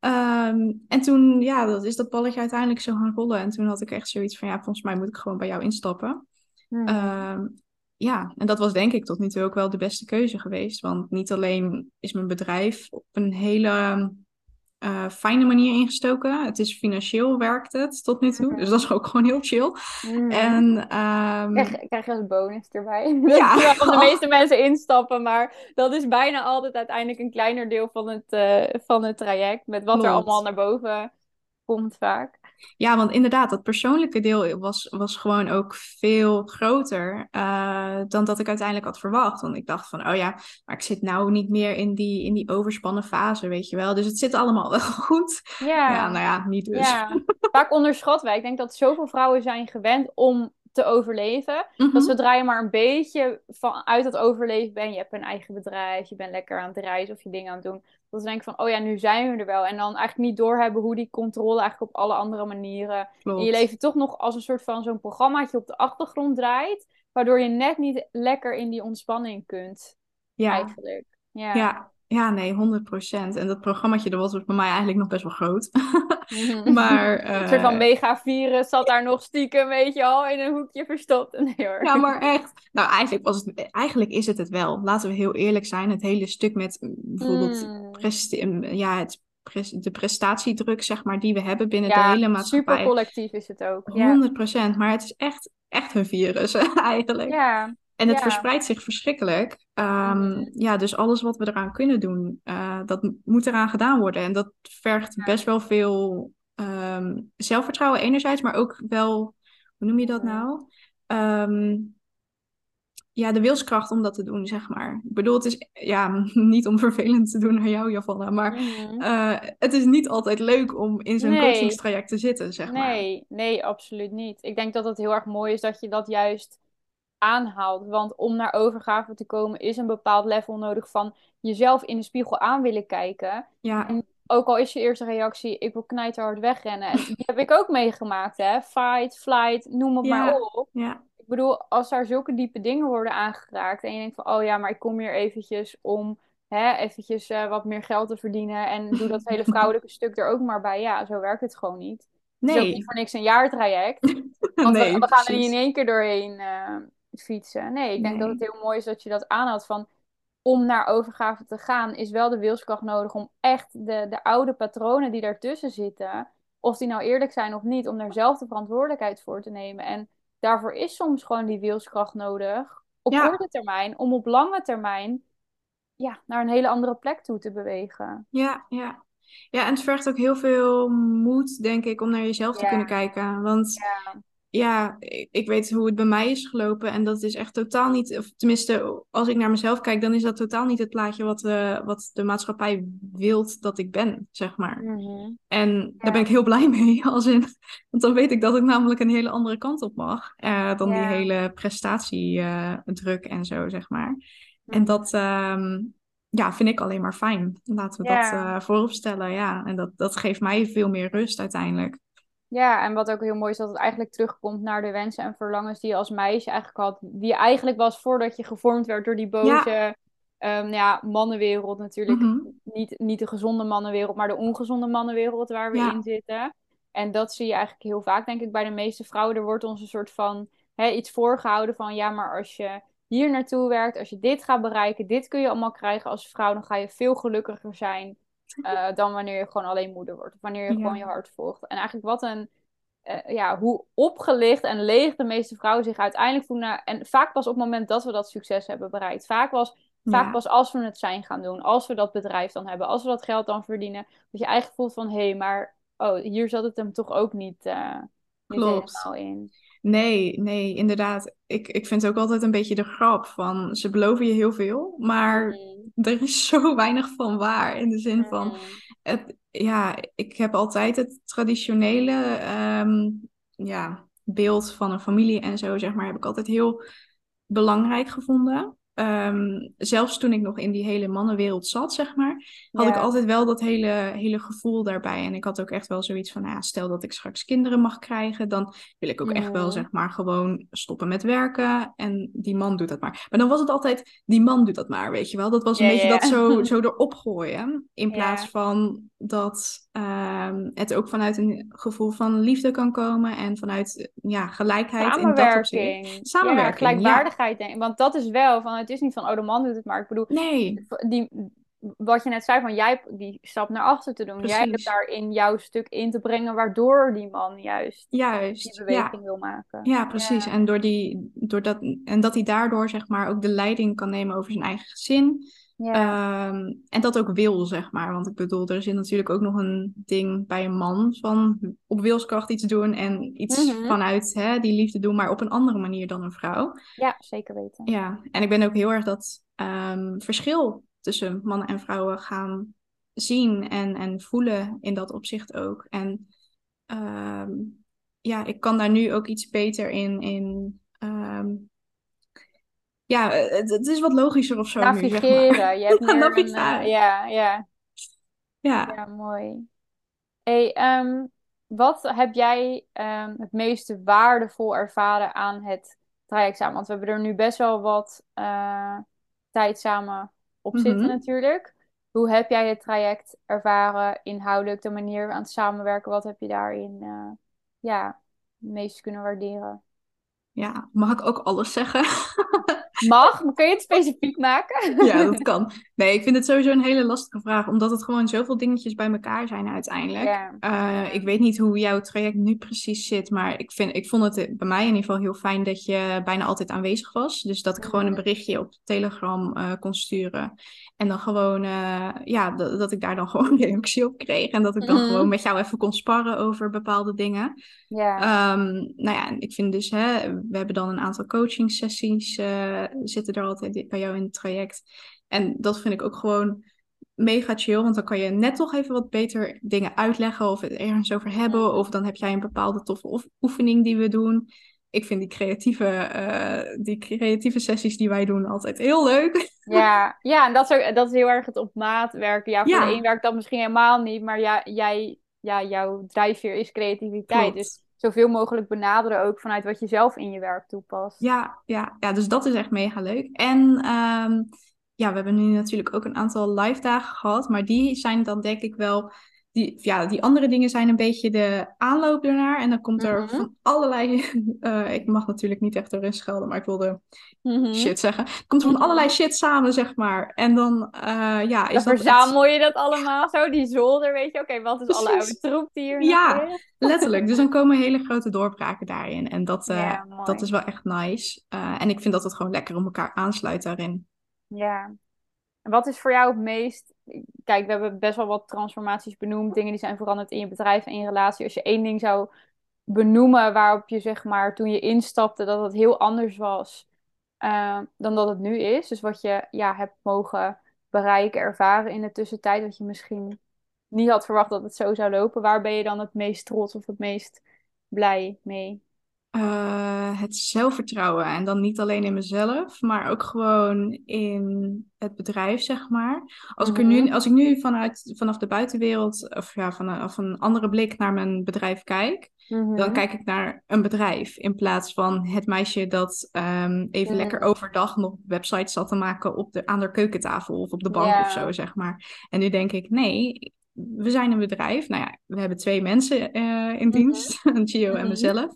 Ehm, en toen, ja, dat is dat balletje uiteindelijk zo gaan rollen. En toen had ik echt zoiets van, ja, volgens mij moet ik gewoon bij jou instappen. Mhm. Ehm, ja, en dat was denk ik tot nu toe ook wel de beste keuze geweest. Want niet alleen is mijn bedrijf op een hele eh, fijne manier ingestoken. Het is financieel werkt het tot nu toe. Dus dat is ook gewoon heel chill. Mhm. En ehm, Krijg, krijg je als bonus erbij. Dat is ja, niet waarom de meeste mensen instappen, maar dat is bijna altijd uiteindelijk een kleiner deel van het, eh, van het traject. Met wat er allemaal klopt. naar boven komt vaak. Ja, want inderdaad, dat persoonlijke deel was, was gewoon ook veel groter eh, dan dat ik uiteindelijk had verwacht. Want ik dacht van, oh ja, maar ik zit nou niet meer in die, in die overspannen fase, weet je wel. Dus het zit allemaal wel goed. Ja, Ja, nou ja, niet dus. ja. Vaak onderschat wij. Ik denk dat zoveel vrouwen zijn gewend om te overleven. Dat Mhm, zodra je maar een beetje van, uit dat overleven bent, je hebt een eigen bedrijf, je bent lekker aan het reizen of je dingen aan het doen. Dat ze denken van, oh ja, nu zijn we er wel. En dan eigenlijk niet doorhebben hoe die controle eigenlijk op alle andere manieren in je klopt. leven toch nog als een soort van zo'n programmaatje op de achtergrond draait. Waardoor je net niet lekker in die ontspanning kunt, Ja, eigenlijk. Ja. ja, ja, nee, honderd procent. En dat programmaatje, dat was dus bij mij eigenlijk nog best wel groot. Mhm. Maar Een soort van eh, megavirus zat daar nog stiekem, weet je al, in een hoekje verstopt. Nee hoor. ja, maar echt. Nou, eigenlijk was het, eigenlijk is het het wel. Laten we heel eerlijk zijn. Het hele stuk met mm, bijvoorbeeld Mm. preste- mm, ja, het, pres- de prestatiedruk, zeg maar, die we hebben binnen de Ja, hele super maatschappij. collectief is het ook. Ja, honderd procent. Maar het is echt, echt een virus, eigenlijk. ja, En het ja. verspreidt zich verschrikkelijk. Ehm, Mhm. ja, dus alles wat we eraan kunnen doen, eh, dat moet eraan gedaan worden. En dat vergt best wel veel ehm, zelfvertrouwen enerzijds, maar ook wel, hoe noem je dat Mhm. nou? Ehm, ja, de wilskracht om dat te doen, zeg maar. Ik bedoel, het is ja, niet om vervelend te doen naar jou, Javanna, maar Mhm. eh, het is niet altijd leuk om in zo'n Nee, coachingstraject te zitten, zeg maar. nee, nee, absoluut niet. Ik denk dat het heel erg mooi is dat je dat juist aanhaalt. Want om naar overgave te komen is een bepaald level nodig van jezelf in de spiegel aan willen kijken. Ja, En ook al is je eerste reactie, ik wil knijterhard wegrennen. En die heb ik ook meegemaakt, hè. Fight, flight, noem het maar ja, op. ja. Ik bedoel, als daar zulke diepe dingen worden aangeraakt en je denkt van, oh ja, maar ik kom hier eventjes om hè, eventjes eh, wat meer geld te verdienen en doe dat hele vrouwelijke stuk er ook maar bij. Ja, zo werkt het gewoon niet. Het is ook niet Nee, voor niks een jaartraject. Want we, nee, we gaan er niet in precies. één keer doorheen eh, fietsen. Nee, ik denk dat het Nee. heel mooi is dat je dat aanhoudt van om naar overgave te gaan, is wel de wilskracht nodig om echt de, de oude patronen die daartussen zitten, of die nou eerlijk zijn of niet, om daar zelf de verantwoordelijkheid voor te nemen. En daarvoor is soms gewoon die wilskracht nodig, op Ja, korte termijn, om op lange termijn ja, naar een hele andere plek toe te bewegen. ja, ja. Ja, en het vergt ook heel veel moed, denk ik, om naar jezelf te Ja, kunnen kijken. Want ja. ja, ik, ik weet hoe het bij mij is gelopen. En dat is echt totaal niet, of tenminste, als ik naar mezelf kijk, dan is dat totaal niet het plaatje wat, eh, wat de maatschappij wilt dat ik ben, zeg maar. Mhm. En daar ben ik Ja, heel blij mee, als in, want dan weet ik dat ik namelijk een hele andere kant op mag, eh, dan die ja. hele prestatiedruk en zo, zeg maar. En Mhm. dat, ehm, ja, vind ik alleen maar fijn. Laten we dat Ja. eh, voorop stellen, ja. En dat, dat geeft mij veel meer rust uiteindelijk. Ja, en wat ook heel mooi is, dat het eigenlijk terugkomt naar de wensen en verlangens die je als meisje eigenlijk had. Die je eigenlijk was voordat je gevormd werd door die Ja, boze ehm, nou ja, mannenwereld natuurlijk. mhm, Niet, niet de gezonde mannenwereld, maar de ongezonde mannenwereld waar we in ja, zitten. En dat zie je eigenlijk heel vaak, denk ik, bij de meeste vrouwen. Er wordt ons een soort van hè, iets voorgehouden van, ja, maar als je hier naartoe werkt, als je dit gaat bereiken, dit kun je allemaal krijgen als vrouw, dan ga je veel gelukkiger zijn eh, dan wanneer je gewoon alleen moeder wordt. Of wanneer je gewoon je ja, hart volgt. En eigenlijk wat een, eh, ja, hoe opgelicht en leeg de meeste vrouwen zich uiteindelijk voelen. En vaak pas op het moment dat we dat succes hebben bereikt. Vaak, was, vaak ja, pas als we het zijn gaan doen. Als we dat bedrijf dan hebben. Als we dat geld dan verdienen. Dat je eigenlijk voelt van, hé, hey, maar oh, hier zat het hem toch ook niet, eh, niet klopt. helemaal in. Nee, nee, inderdaad. Ik, ik vind ook altijd een beetje de grap van ze beloven je heel veel, maar Mhm. er is zo weinig van waar. In de zin van, Mhm. het, ja, ik heb altijd het traditionele ehm, ja, beeld van een familie en zo, zeg maar, heb ik altijd heel belangrijk gevonden. Ehm, zelfs toen ik nog in die hele mannenwereld zat, zeg maar, had ik Ja. altijd wel dat hele, hele gevoel daarbij. En ik had ook echt wel zoiets van, nou ja, stel dat ik straks kinderen mag krijgen, dan wil ik ook echt wel, Mhm. zeg maar, gewoon stoppen met werken. En die man doet dat maar. Maar dan was het altijd, die man doet dat maar, weet je wel. Dat was een Ja, beetje dat ja, zo, ja. zo erop gooien. In plaats Ja. van dat ehm, het ook vanuit een gevoel van liefde kan komen. En vanuit, ja, gelijkheid in dat opzicht. Samenwerking. Ja, Samenwerking, ja. gelijkwaardigheid. Denk ik. Want dat is wel van, het is niet van, oh, de man doet het maar. Ik bedoel, Nee, die, wat je net zei, van jij hebt die stap naar achter te doen. Jij hebt precies. daarin jouw stuk in te brengen, waardoor die man juist die Juist, ja. beweging wil maken. Ja, precies. Ja. En, door die, door dat, en dat hij daardoor zeg maar ook de leiding kan nemen over zijn eigen gezin. Ja. Ehm, en dat ook wil, zeg maar. Want ik bedoel, er zit natuurlijk ook nog een ding bij een man van op wilskracht iets doen en iets Mhm. vanuit hè, die liefde doen, maar op een andere manier dan een vrouw. Ja, zeker weten. Ja, en ik ben ook heel erg dat ehm, verschil tussen mannen en vrouwen gaan zien en, en voelen in dat opzicht ook. En ehm, ja, ik kan daar nu ook iets beter in. in ehm, ja, het, het is wat logischer of zo nu, zeg maar. Navigeren. Je hebt Ja, meer een... eh, navigeren. ja, ja. Ja. Ja, mooi. Hey, ehm, wat heb jij ehm, het meeste waardevol ervaren aan het traject samen? Want we hebben er nu best wel wat eh, tijd samen op zitten Mhm. natuurlijk. Hoe heb jij het traject ervaren, inhoudelijk, de manier aan het samenwerken? Wat heb je daarin eh, ja, het meest kunnen waarderen? Ja, mag ik ook alles zeggen? Mag, maar kun je het specifiek maken? Ja, dat kan. Nee, ik vind het sowieso een hele lastige vraag, omdat het gewoon zoveel dingetjes bij elkaar zijn uiteindelijk. Ja, Eh, ik ja. weet niet hoe jouw traject nu precies zit, maar ik vind, ik vond het bij mij in ieder geval heel fijn dat je bijna altijd aanwezig was. Dus dat ik gewoon een Mhm, berichtje op Telegram eh, kon sturen. En dan gewoon, eh, ja, dat, dat ik daar dan gewoon een reactie op kreeg. En dat ik dan gewoon mhm. met jou even kon sparren over bepaalde dingen. Ja. Ehm, nou ja, ik vind dus, hè, we hebben dan een aantal coaching sessies eh, zitten er altijd bij jou in het traject. En dat vind ik ook gewoon mega chill, want dan kan je net toch even wat beter dingen uitleggen of het ergens over hebben. Mhm. Of dan heb jij een bepaalde toffe of- oefening die we doen. Ik vind die creatieve, eh, die creatieve sessies die wij doen altijd heel leuk. Ja, ja, en dat is, ook, dat is heel erg het op maat werken. Ja, voor de een Ja, werkt dat misschien helemaal niet, maar ja, jij, ja, jouw drijfveer is creativiteit. Dus klopt. zoveel mogelijk benaderen ook vanuit wat je zelf in je werk toepast. Ja, ja, ja, dus dat is echt mega leuk. En ehm, ja, we hebben nu natuurlijk ook een aantal live dagen gehad, maar die zijn dan denk ik wel, die, ja, die andere dingen zijn een beetje de aanloop ernaar. En dan komt er Mhm. van allerlei, eh, ik mag natuurlijk niet echt erin schelden, maar ik wilde Mhm. shit zeggen. Er komt er van allerlei Mhm. shit samen, zeg maar. En dan, eh, ja, Dan is dat het verzamel je dat allemaal zo, die zolder, weet je. Oké, wat is alle oude precies. troep die hier nog Ja, ligt? letterlijk. Dus dan komen hele grote doorbraken daarin. En dat, eh, Ja, dat is mooi. wel echt nice. Eh, en ik vind dat het gewoon lekker om elkaar aansluit daarin. Ja. En wat is voor jou het meest... Kijk, we hebben best wel wat transformaties benoemd. Dingen die zijn veranderd in je bedrijf en in je relatie. Als je één ding zou benoemen waarop je, zeg maar, toen je instapte, dat het heel anders was eh, dan dat het nu is. Dus wat je ja, hebt mogen bereiken, ervaren in de tussentijd. Wat je misschien niet had verwacht dat het zo zou lopen. Waar ben je dan het meest trots of het meest blij mee? Eh, het zelfvertrouwen. En dan niet alleen in mezelf, maar ook gewoon in het bedrijf, zeg maar. Als ik er nu, Mhm, als ik nu vanuit, vanaf de buitenwereld, of ja, vanaf een andere blik naar mijn bedrijf kijk, dan mhm, kijk ik naar een bedrijf in plaats van het meisje dat ehm, even lekker mhm. overdag nog websites zat te maken op de, aan de keukentafel of op de bank of zo, Ja. zeg maar. En nu denk ik, nee, we zijn een bedrijf. Nou ja, we hebben twee mensen eh, in Mhm, dienst, Gio en mhm. mezelf.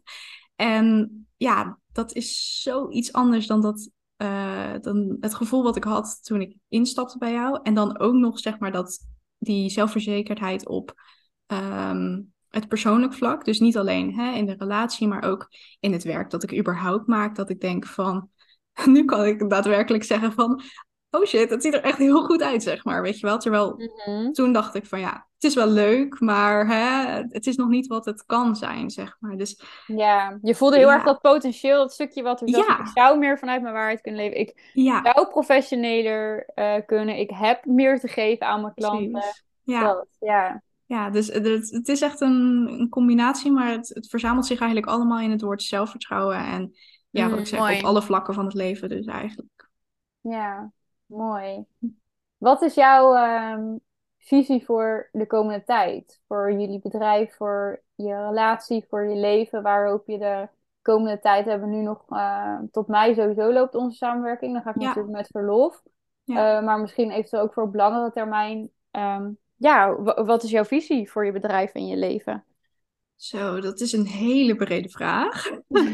En ja, dat is zoiets anders dan, dat, eh, dan het gevoel wat ik had toen ik instapte bij jou. En dan ook nog, zeg maar, dat, die zelfverzekerdheid op ehm, het persoonlijk vlak. Dus niet alleen hè, in de relatie, maar ook in het werk dat ik überhaupt maak. Dat ik denk van, nu kan ik daadwerkelijk zeggen van, oh shit, het ziet er echt heel goed uit, zeg maar. Weet je wel? Terwijl Mhm. toen dacht ik van, ja, het is wel leuk, maar hè, het is nog niet wat het kan zijn, zeg maar. Dus Ja, je voelde heel erg ja, dat potentieel, dat stukje wat er zat. Van, ik ja, zou meer vanuit mijn waarheid kunnen leven. Ik ja, zou professioneler eh, kunnen. Ik heb meer te geven aan mijn klanten. precies. Ja, Dat, ja. ja, dus het, het is echt een, een combinatie, maar het, het verzamelt zich eigenlijk allemaal in het woord zelfvertrouwen. En ja, wat ik Mm, zeg, op mooi. alle vlakken van het leven dus eigenlijk. Ja, mooi. Wat is jouw ehm, visie voor de komende tijd? Voor jullie bedrijf, voor je relatie, voor je leven? Waar hoop je de komende tijd? Hebben we nu nog eh, tot mei sowieso loopt onze samenwerking. Dan ga ik Ja, natuurlijk met verlof. ja. Eh, maar misschien eventueel ook voor op langere termijn. Ehm, ja, wa- wat is jouw visie voor je bedrijf en je leven? Zo, dat is een hele brede vraag.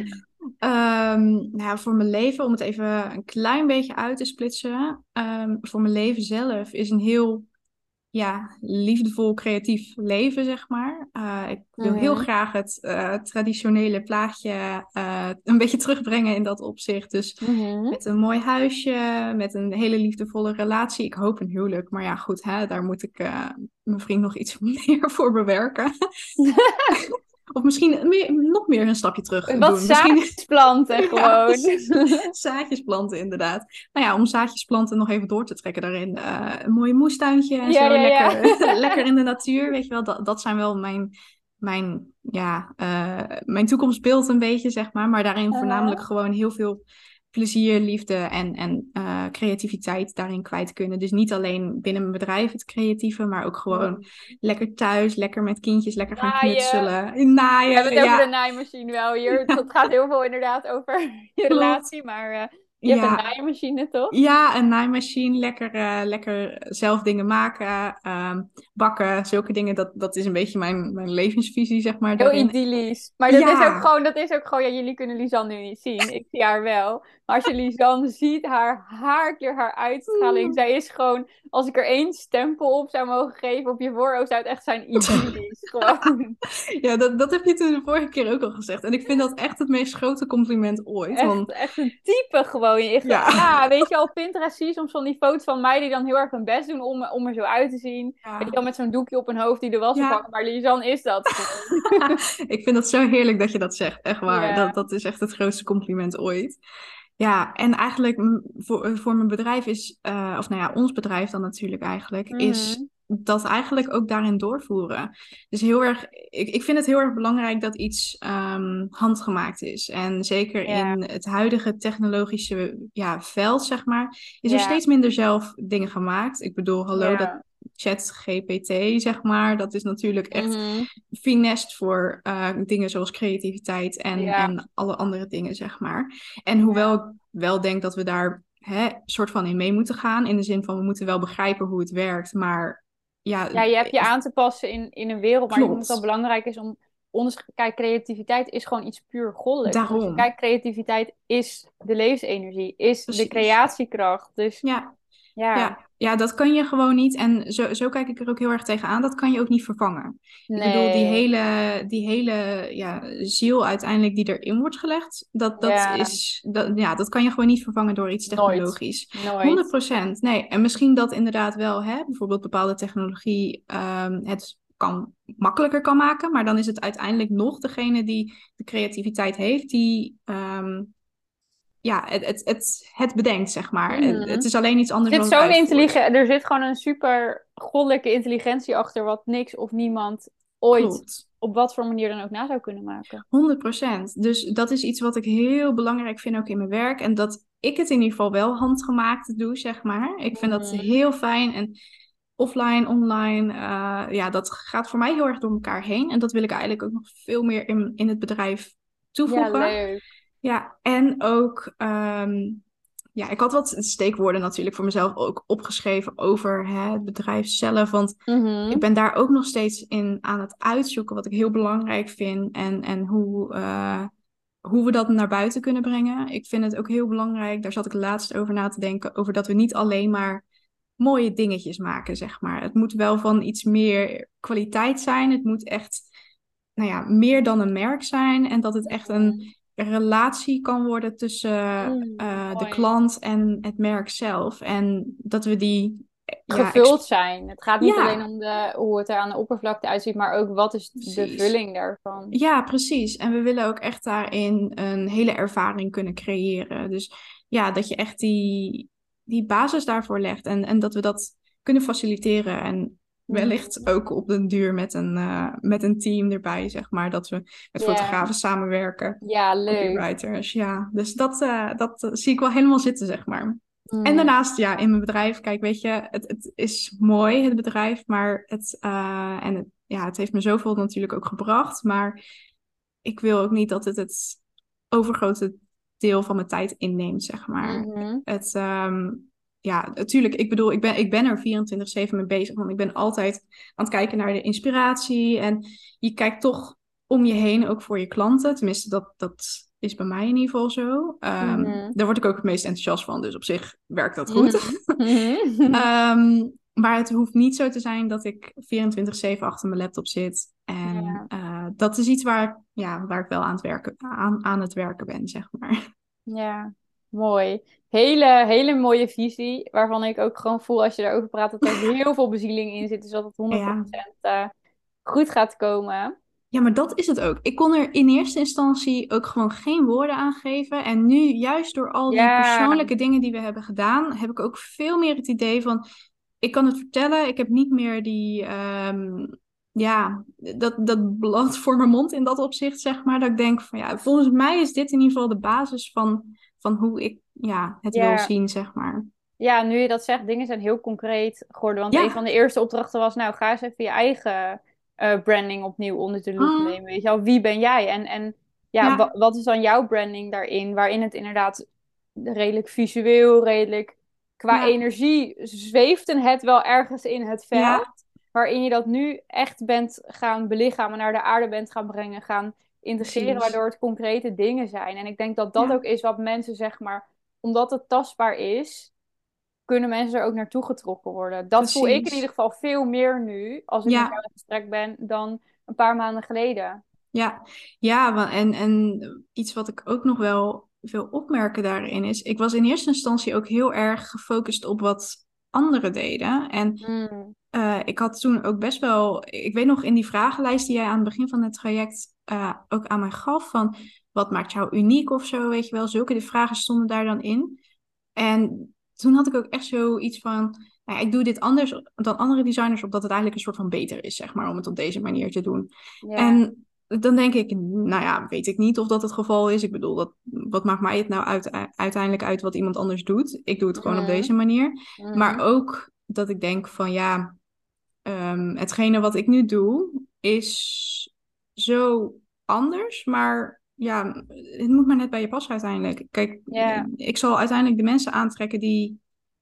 Ehm, nou, voor mijn leven, om het even een klein beetje uit te splitsen. Ehm, voor mijn leven zelf is een heel ja, liefdevol, creatief leven, zeg maar. Eh, ik wil heel Mhm, graag het eh, traditionele plaatje eh, een beetje terugbrengen in dat opzicht. Dus mhm. met een mooi huisje, met een hele liefdevolle relatie. Ik hoop een huwelijk, maar ja, goed, hè, daar moet ik eh, mijn vriend nog iets meer voor bewerken. Of misschien meer, nog meer een stapje terug Wat doen. Misschien zaadjes planten ja, gewoon. precies. Zaadjes planten, inderdaad. Nou ja, om zaadjes planten nog even door te trekken daarin. Eh, een mooi moestuintje en Ja, zo. ja, ja. Lekker, lekker in de natuur, weet je wel. Dat, dat zijn wel mijn, mijn, ja, eh, mijn toekomstbeeld een beetje, zeg maar. Maar daarin voornamelijk Uh-huh. gewoon heel veel plezier, liefde en, en eh, creativiteit daarin kwijt kunnen. Dus niet alleen binnen mijn bedrijf het creatieve, maar ook gewoon lekker thuis, lekker met kindjes, lekker gaan Naaien. knutselen, We hebben naaien. het over de Ja, naaimachine wel hier. ja, Dat gaat heel veel inderdaad over je klopt. relatie. Maar eh, je hebt een Ja, naaimachine, toch? ja, een naaimachine, lekker, eh, lekker zelf dingen maken, ehm, bakken, zulke dingen. Dat, dat is een beetje mijn, mijn levensvisie, zeg maar, Heel daarin. idyllisch. Maar dat is ook Ja, gewoon, dat is ook gewoon, ja, jullie kunnen Lisanne nu niet zien. Ik zie haar wel. Maar als je Lisanne ziet, haar haarkleur, haar uitstraling. Zij is gewoon, als ik er één stempel op zou mogen geven op je voorhoofd, zou het echt zijn idyllisch. Gewoon. ja dat, dat heb je toen de vorige keer ook al gezegd. En ik vind dat echt het meest grote compliment ooit. Echt, Want echt een type gewoon. Echt, ja, ja, weet je al, op Pinterest zie je soms van die foto's van mij die dan heel erg hun best doen om, om er zo uit te zien. Weet je ja, wel, met zo'n doekje op hun hoofd die de was ja. ophangen. Maar Lisanne is dat gewoon. Ik vind dat zo heerlijk dat je dat zegt. Echt waar. Ja. Dat, dat is echt het grootste compliment ooit. Ja, en eigenlijk mm, voor, voor mijn bedrijf is, eh, of nou ja, ons bedrijf dan natuurlijk eigenlijk, is Mhm. dat eigenlijk ook daarin doorvoeren. Dus heel erg, ik, ik vind het heel erg belangrijk dat iets ehm, handgemaakt is. En zeker Ja, in het huidige technologische ja, veld, zeg maar, is er ja, steeds minder zelf dingen gemaakt. Ik bedoel, hallo, dat ja. chat G P T, zeg maar, dat is natuurlijk echt Mhm. finest voor eh, dingen zoals creativiteit en, Ja, en alle andere dingen, zeg maar. En hoewel ja. ik wel denk dat we daar hè, soort van in mee moeten gaan, in de zin van we moeten wel begrijpen hoe het werkt, maar ja, Ja, je hebt je eh, aan te passen in, in een wereld. Maar ik denk dat het klopt. wel belangrijk is om... Ons, kijk, creativiteit is gewoon iets puur goddelijks. En als je Daarom, kijkt, creativiteit is de levensenergie, is de precies. creatiekracht. Dus Ja, ja, ja, ja, dat kan je gewoon niet. En zo, zo kijk ik er ook heel erg tegenaan. Dat kan je ook niet vervangen. Ik bedoel, die nee. hele, die hele ja, ziel uiteindelijk die erin wordt gelegd, dat, dat Ja, is, dat, ja, dat kan je gewoon niet vervangen door iets nooit. technologisch. honderd Nooit. procent. Nee, en misschien dat inderdaad wel, hè, bijvoorbeeld bepaalde technologie ehm, het kan makkelijker kan maken, maar dan is het uiteindelijk nog degene die de creativiteit heeft, die ehm, ja, het, het, het, het bedenkt, zeg maar. Het Mhm. is alleen iets Er anders zit wat het zo'n uitvoert. intelligentie, er zit gewoon een super goddelijke intelligentie achter, wat niks of niemand ooit Klopt. op wat voor manier dan ook na zou kunnen maken. Honderd procent. Dus dat is iets wat ik heel belangrijk vind ook in mijn werk. En dat ik het in ieder geval wel handgemaakt doe, zeg maar. Ik vind dat Mhm. heel fijn. En offline, online, eh, ja, dat gaat voor mij heel erg door elkaar heen. En dat wil ik eigenlijk ook nog veel meer in, in het bedrijf Ja, toevoegen. leuk. Ja, en ook, ehm, ja, ik had wat steekwoorden natuurlijk voor mezelf ook opgeschreven over hè, het bedrijf zelf. Want ik Mhm. ben daar ook nog steeds in aan het uitzoeken wat ik heel belangrijk vind en, en hoe, eh, hoe we dat naar buiten kunnen brengen. Ik vind het ook heel belangrijk, daar zat ik laatst over na te denken, over dat we niet alleen maar mooie dingetjes maken, zeg maar. Het moet wel van iets meer kwaliteit zijn. Het moet echt, nou ja, meer dan een merk zijn. En dat het echt een Mhm. relatie kan worden tussen Mm, eh, de mooi. klant en het merk zelf. En dat we die ja, ex- gevuld zijn. Het gaat niet alleen ja, om de, hoe het er aan de oppervlakte uitziet, maar ook wat is de precies. vulling daarvan. Ja, precies. En we willen ook echt daarin een hele ervaring kunnen creëren. Dus ja, dat je echt die, die basis daarvoor legt en, en dat we dat kunnen faciliteren. En wellicht Mhm. ook op den duur met een, eh, met een team erbij, zeg maar. Dat we met Ja, fotografen samenwerken, ja, leuk. copywriters. Ja, dus dat, eh, dat eh, zie ik wel helemaal zitten, zeg maar. En Mhm. daarnaast, ja, in mijn bedrijf, kijk, weet je, het, het is mooi, het bedrijf, maar het, eh, en het, ja, het heeft me zoveel natuurlijk ook gebracht, maar ik wil ook niet dat het het overgrote deel van mijn tijd inneemt, zeg maar. Mhm. Het, ehm, ja, natuurlijk, ik bedoel, ik ben, ik ben er vierentwintig zeven mee bezig, want ik ben altijd aan het kijken naar de inspiratie en je kijkt toch om je heen, ook voor je klanten. Tenminste, dat, dat is bij mij in ieder geval zo. Ehm, Mhm. daar word ik ook het meest enthousiast van, dus op zich werkt dat goed. Mhm. Mhm. Ehm, maar het hoeft niet zo te zijn dat ik vierentwintig zeven achter mijn laptop zit. En Ja, eh, dat is iets waar, ik- ja, waar ik wel aan het werken, aan, aan het werken ben, zeg maar. ja, mooi. Hele, hele mooie visie, waarvan ik ook gewoon voel als je daarover praat dat er heel veel bezieling in zit, dus dat het honderd Ja. procent eh, goed gaat komen. Ja, maar dat is het ook. Ik kon er in eerste instantie ook gewoon geen woorden aan geven. En nu, juist door al die Ja, persoonlijke dingen die we hebben gedaan, heb ik ook veel meer het idee van, ik kan het vertellen. Ik heb niet meer die, ehm, ja, dat, dat blad voor mijn mond in dat opzicht, zeg maar. Dat ik denk van, ja, volgens mij is dit in ieder geval de basis van, van hoe ik, ja, het wil ja. zien, zeg maar. Ja, nu je dat zegt, dingen zijn heel concreet geworden. Want een van Ja, de eerste opdrachten was, nou, ga eens even je eigen eh, branding opnieuw onder de loep mm, nemen. Weet je wel, wie ben jij? En, en ja, wa- ja, wat is dan jouw branding daarin? Waarin het inderdaad redelijk visueel, redelijk qua ja, energie zweefde het wel ergens in het ja, veld. Waarin je dat nu echt bent gaan belichamen, naar de aarde bent gaan brengen, gaan integreren, precies. waardoor het concrete dingen zijn. En ik denk dat dat Ja, ook is wat mensen, zeg maar, omdat het tastbaar is, kunnen mensen er ook naartoe getrokken worden. Dat voel ik in ieder precies. geval veel meer nu, als ik met jou Ja, in gesprek ben, dan een paar maanden geleden. ja, ja, wa- en, en iets wat ik ook nog wel wil opmerken daarin is, ik was in eerste instantie ook heel erg gefocust op wat anderen deden. En Mm, eh, ik had toen ook best wel, ik weet nog in die vragenlijst die jij aan het begin van het traject eh, ook aan mij gaf, van wat maakt jou uniek of zo, weet je wel, zulke de vragen stonden daar dan in. En toen had ik ook echt zoiets van, nou ja, ik doe dit anders dan andere designers, omdat het eigenlijk een soort van beter is, zeg maar, om het op deze manier te doen. ja. En dan denk ik, nou ja, weet ik niet of dat het geval is. Ik bedoel, dat, wat maakt mij het nou uit, uiteindelijk uit wat iemand anders doet? Ik doe het gewoon op Mhm, deze manier. Maar mhm. ook dat ik denk van ja, ehm, hetgene wat ik nu doe is zo anders, maar ja, het moet maar net bij je passen uiteindelijk. Kijk, Ja, ik zal uiteindelijk de mensen aantrekken die,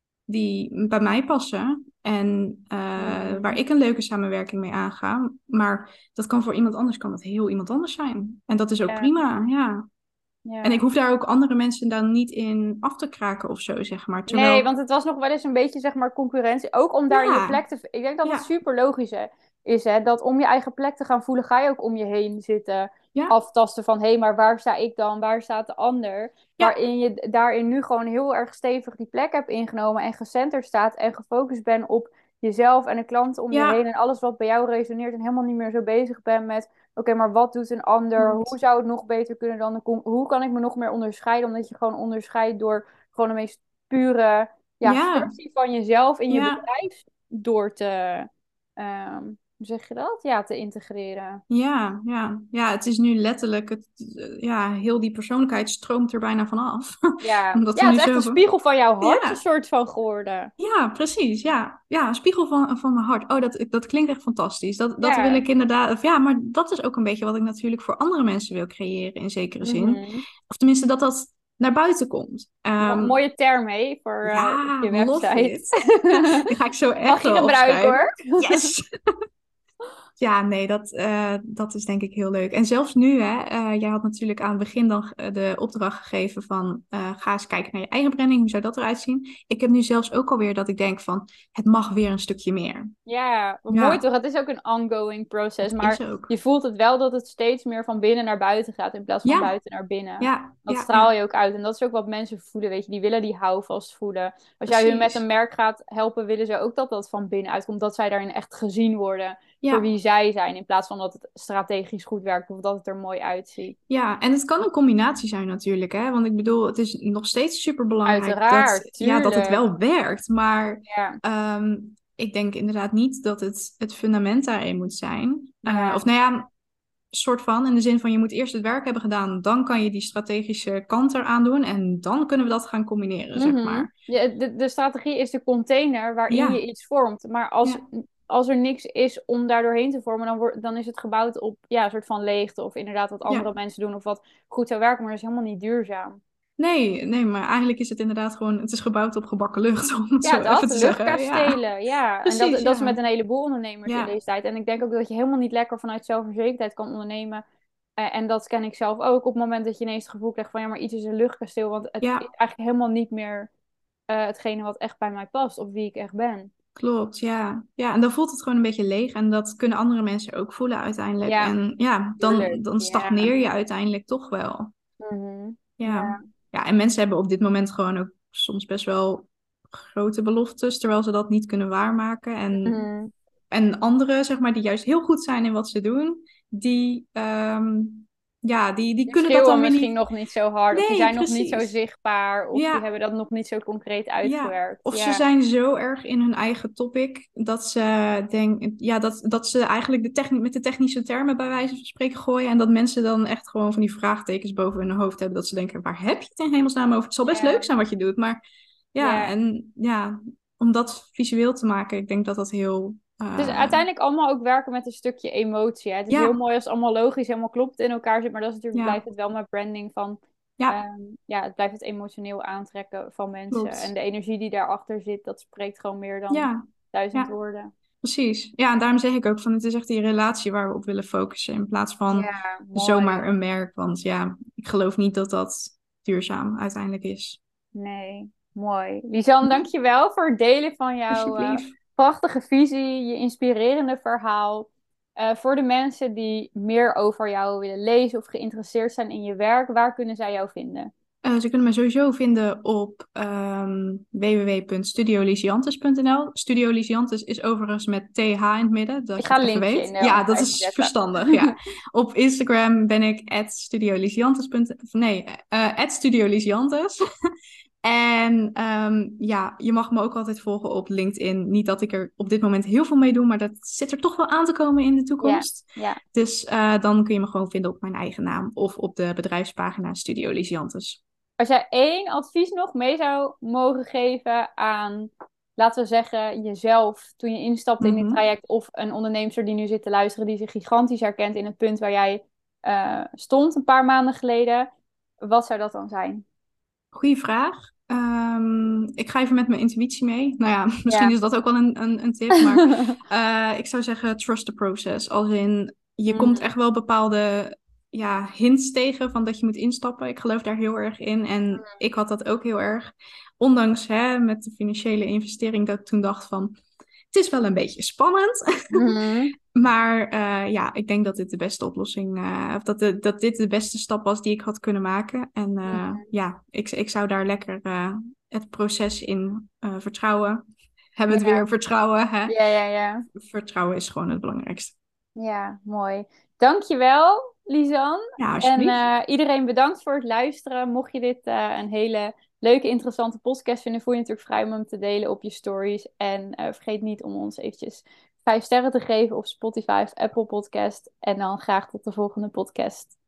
die bij mij passen en eh, waar mhm. ik een leuke samenwerking mee aanga. Maar dat kan voor iemand anders, kan dat heel iemand anders zijn. En dat is ook Ja, prima, ja. En ik ja. hoef daar ook andere mensen dan niet in af te kraken of zo, zeg maar. Nee, Terwijl, want het was nog wel eens een beetje, zeg maar, concurrentie. Ook om daar je ja, plek te... Ik denk dat het ja, super logisch hè, is, hè. Dat om je eigen plek te gaan voelen, ga je ook om je heen zitten. ja, Aftasten van, hé, maar waar sta ik dan? Waar staat de ander? ja, Waarin je daarin nu gewoon heel erg stevig die plek hebt ingenomen en gecenterd staat en gefocust bent op jezelf en de klanten om je heen ja. en alles wat bij jou resoneert en helemaal niet meer zo bezig bent met, oké, maar wat doet een ander? Hoe Klopt. zou het nog beter kunnen dan de... con- Hoe kan ik me nog meer onderscheiden? Omdat je gewoon onderscheidt door gewoon de meest pure, ja, Ja, versie van jezelf in je ja, bedrijf door te, ehm, hoe zeg je dat? Ja, te integreren. ja, ja. Ja, het is nu letterlijk, het, eh, ja, heel die persoonlijkheid stroomt er bijna vanaf. Ja. Omdat Ja, er het nu is echt een zoveel... spiegel van jouw hart, een Ja, soort van geworden. ja, precies. Ja, ja, een spiegel van, van mijn hart. Oh, dat, dat klinkt echt fantastisch. Dat, dat wil Ja. ik inderdaad. Of ja, maar dat is ook een beetje wat ik natuurlijk voor andere mensen wil creëren, in zekere zin. Mhm. Of tenminste, dat dat naar buiten komt. Mo- Ehm, mooie term, hè, voor eh, op ja, je love website. it. Die ga ik zo Mag echt je wel gebruiken, opschrijven. hoor. Yes! Ja, nee, dat, eh, dat is denk ik heel leuk. En zelfs nu, hè, eh, jij had natuurlijk aan het begin dan eh, de opdracht gegeven van eh, ga eens kijken naar je eigen branding, hoe zou dat eruit zien? Ik heb nu zelfs ook alweer dat ik denk van het mag weer een stukje meer. Ja, wat mooi Ja, toch? Het is ook een ongoing process, dat is maar ook. je voelt het wel dat het steeds meer van binnen naar buiten gaat in plaats van Ja, buiten naar binnen. ja, Dat ja, straal ja, je ook uit en dat is ook wat mensen voelen, weet je. Die willen die houvast voelen. Als jij hun met een precies. merk gaat helpen, willen ze ook dat dat van binnen uitkomt, dat zij daarin echt gezien worden voor Ja, wie zij zijn, in plaats van dat het strategisch goed werkt of dat het er mooi uitziet. ja, en het kan een combinatie zijn natuurlijk, hè? Want ik bedoel, het is nog steeds super belangrijk dat, Uiteraard, ja, dat het tuurlijk. wel werkt. Maar Ja, ehm, ik denk inderdaad niet dat het het fundament daarin moet zijn. Eh, of ja. nou ja, soort van, in de zin van je moet eerst het werk hebben gedaan, dan kan je die strategische kant eraan doen en dan kunnen we dat gaan combineren, zeg Mhm. maar. Ja, de, de strategie is de container waarin je Ja, iets vormt. Maar als, ja, als er niks is om daar doorheen te vormen, dan, wordt, dan is het gebouwd op ja, een soort van leegte. Of inderdaad wat andere ja. mensen doen of wat goed zou werken, maar dat is helemaal niet duurzaam. Nee, nee, maar eigenlijk is het inderdaad gewoon, het is gebouwd op gebakken lucht, om het Ja, zo even dat, te zeggen. Ja, luchtkastelen. Ja, en dat, precies, dat is met ja. een heleboel ondernemers in Ja, deze tijd. En ik denk ook dat je helemaal niet lekker vanuit zelfverzekerdheid kan ondernemen. Eh, en dat ken ik zelf ook. Op het moment dat je ineens het gevoel krijgt van ja, maar iets is een luchtkasteel. Want het is ja. eigenlijk helemaal niet meer eh, hetgene wat echt bij mij past. Of wie ik echt ben. Klopt, ja. Ja, en dan voelt het gewoon een beetje leeg. En dat kunnen andere mensen ook voelen uiteindelijk. Ja, En ja, dan, tuurlijk. dan Ja. stagneer je uiteindelijk toch wel. Mhm. Ja. Ja. Ja, en mensen hebben op dit moment gewoon ook soms best wel grote beloftes, terwijl ze dat niet kunnen waarmaken. En, Mhm. en anderen, zeg maar, die juist heel goed zijn in wat ze doen, die, ehm, ja, die, die Die kunnen dat dan schreeuwen weer misschien niet. nog niet zo hard, of die Nee, zijn nog niet zo precies. zichtbaar, of die Ja, hebben dat nog niet zo concreet ja, uitgewerkt. of ze Ja, zijn zo erg in hun eigen topic dat ze denk, ja, dat, dat ze eigenlijk de techni met de technische termen bij wijze van spreken gooien en dat mensen dan echt gewoon van die vraagtekens boven hun hoofd hebben dat ze denken, waar heb je het in hemelsnaam over? Het zal best leuk ja, zijn wat je doet, maar ja, ja. en ja, om dat visueel te maken, ik denk dat dat heel, Het is uh, uiteindelijk allemaal ook werken met een stukje emotie. Hè. Het is heel ja, mooi als het allemaal logisch, helemaal klopt in elkaar zit, maar dat is natuurlijk, blijft ja, het wel met branding van, ja, ehm, ja, het blijft het emotioneel aantrekken van mensen. En klopt. de energie die daarachter zit, dat spreekt gewoon meer dan Ja, duizend ja, woorden. precies. Ja, en daarom zeg ik ook van het is echt die relatie waar we op willen focussen in plaats van Ja, zomaar mooi. een merk. Want ja, ik geloof niet dat dat duurzaam uiteindelijk is. Nee, mooi. Lisanne, dankjewel voor het delen van jouw eh, Alsjeblieft. prachtige visie, je inspirerende verhaal. Eh, voor de mensen die meer over jou willen lezen of geïnteresseerd zijn in je werk, waar kunnen zij jou vinden? Eh, ze kunnen me sowieso vinden op um, w w w punt studio lysiantes punt n l. Studio Lysiantes is overigens met T H in het midden, dat Ik je ga het een even linkje weet. in de Ja, dat omschrijving is zetten. verstandig, ja. Op Instagram ben ik at studiolysiantes. Nee, uh, at studiolysiantes. En ehm, ja, je mag me ook altijd volgen op LinkedIn. Niet dat ik er op dit moment heel veel mee doe, maar dat zit er toch wel aan te komen in de Ja, toekomst. ja. Dus uh, dan kun je me gewoon vinden op mijn eigen naam of op de bedrijfspagina Studio Lysiantes. Als jij één advies nog mee zou mogen geven aan, laten we zeggen, jezelf toen je instapte in dit Mm-hmm. traject, of een onderneemster die nu zit te luisteren, die zich gigantisch herkent in het punt waar jij uh, stond een paar maanden geleden, wat zou dat dan zijn? Goeie vraag. Um, ik ga even met mijn intuïtie mee. Nou ja, misschien Ja. is dat ook wel een, een, een tip, maar uh, ik zou zeggen trust the process. Als in, je komt Mhm. echt wel bepaalde ja, hints tegen van dat je moet instappen. Ik geloof daar heel erg in en ik had dat ook heel erg. Ondanks hè, met de financiële investering dat ik toen dacht van, het is wel een beetje spannend. Mhm. Maar uh, ja, ik denk dat dit de beste oplossing, uh, of dat, de, dat dit de beste stap was die ik had kunnen maken. En uh, Mhm. ja, ik, ik zou daar lekker uh, het proces in uh, vertrouwen. Hebben het Ja. weer vertrouwen, hè? Ja, ja, ja. Vertrouwen is gewoon het belangrijkste. Ja, mooi. Dankjewel, Lisanne. Ja, En alsjeblieft. uh, iedereen bedankt voor het luisteren. Mocht je dit uh, een hele leuke, interessante podcast vinden, voel je natuurlijk vrij om hem te delen op je stories. En uh, vergeet niet om ons eventjes vijf sterren te geven op Spotify of Apple Podcast. En dan graag tot de volgende podcast.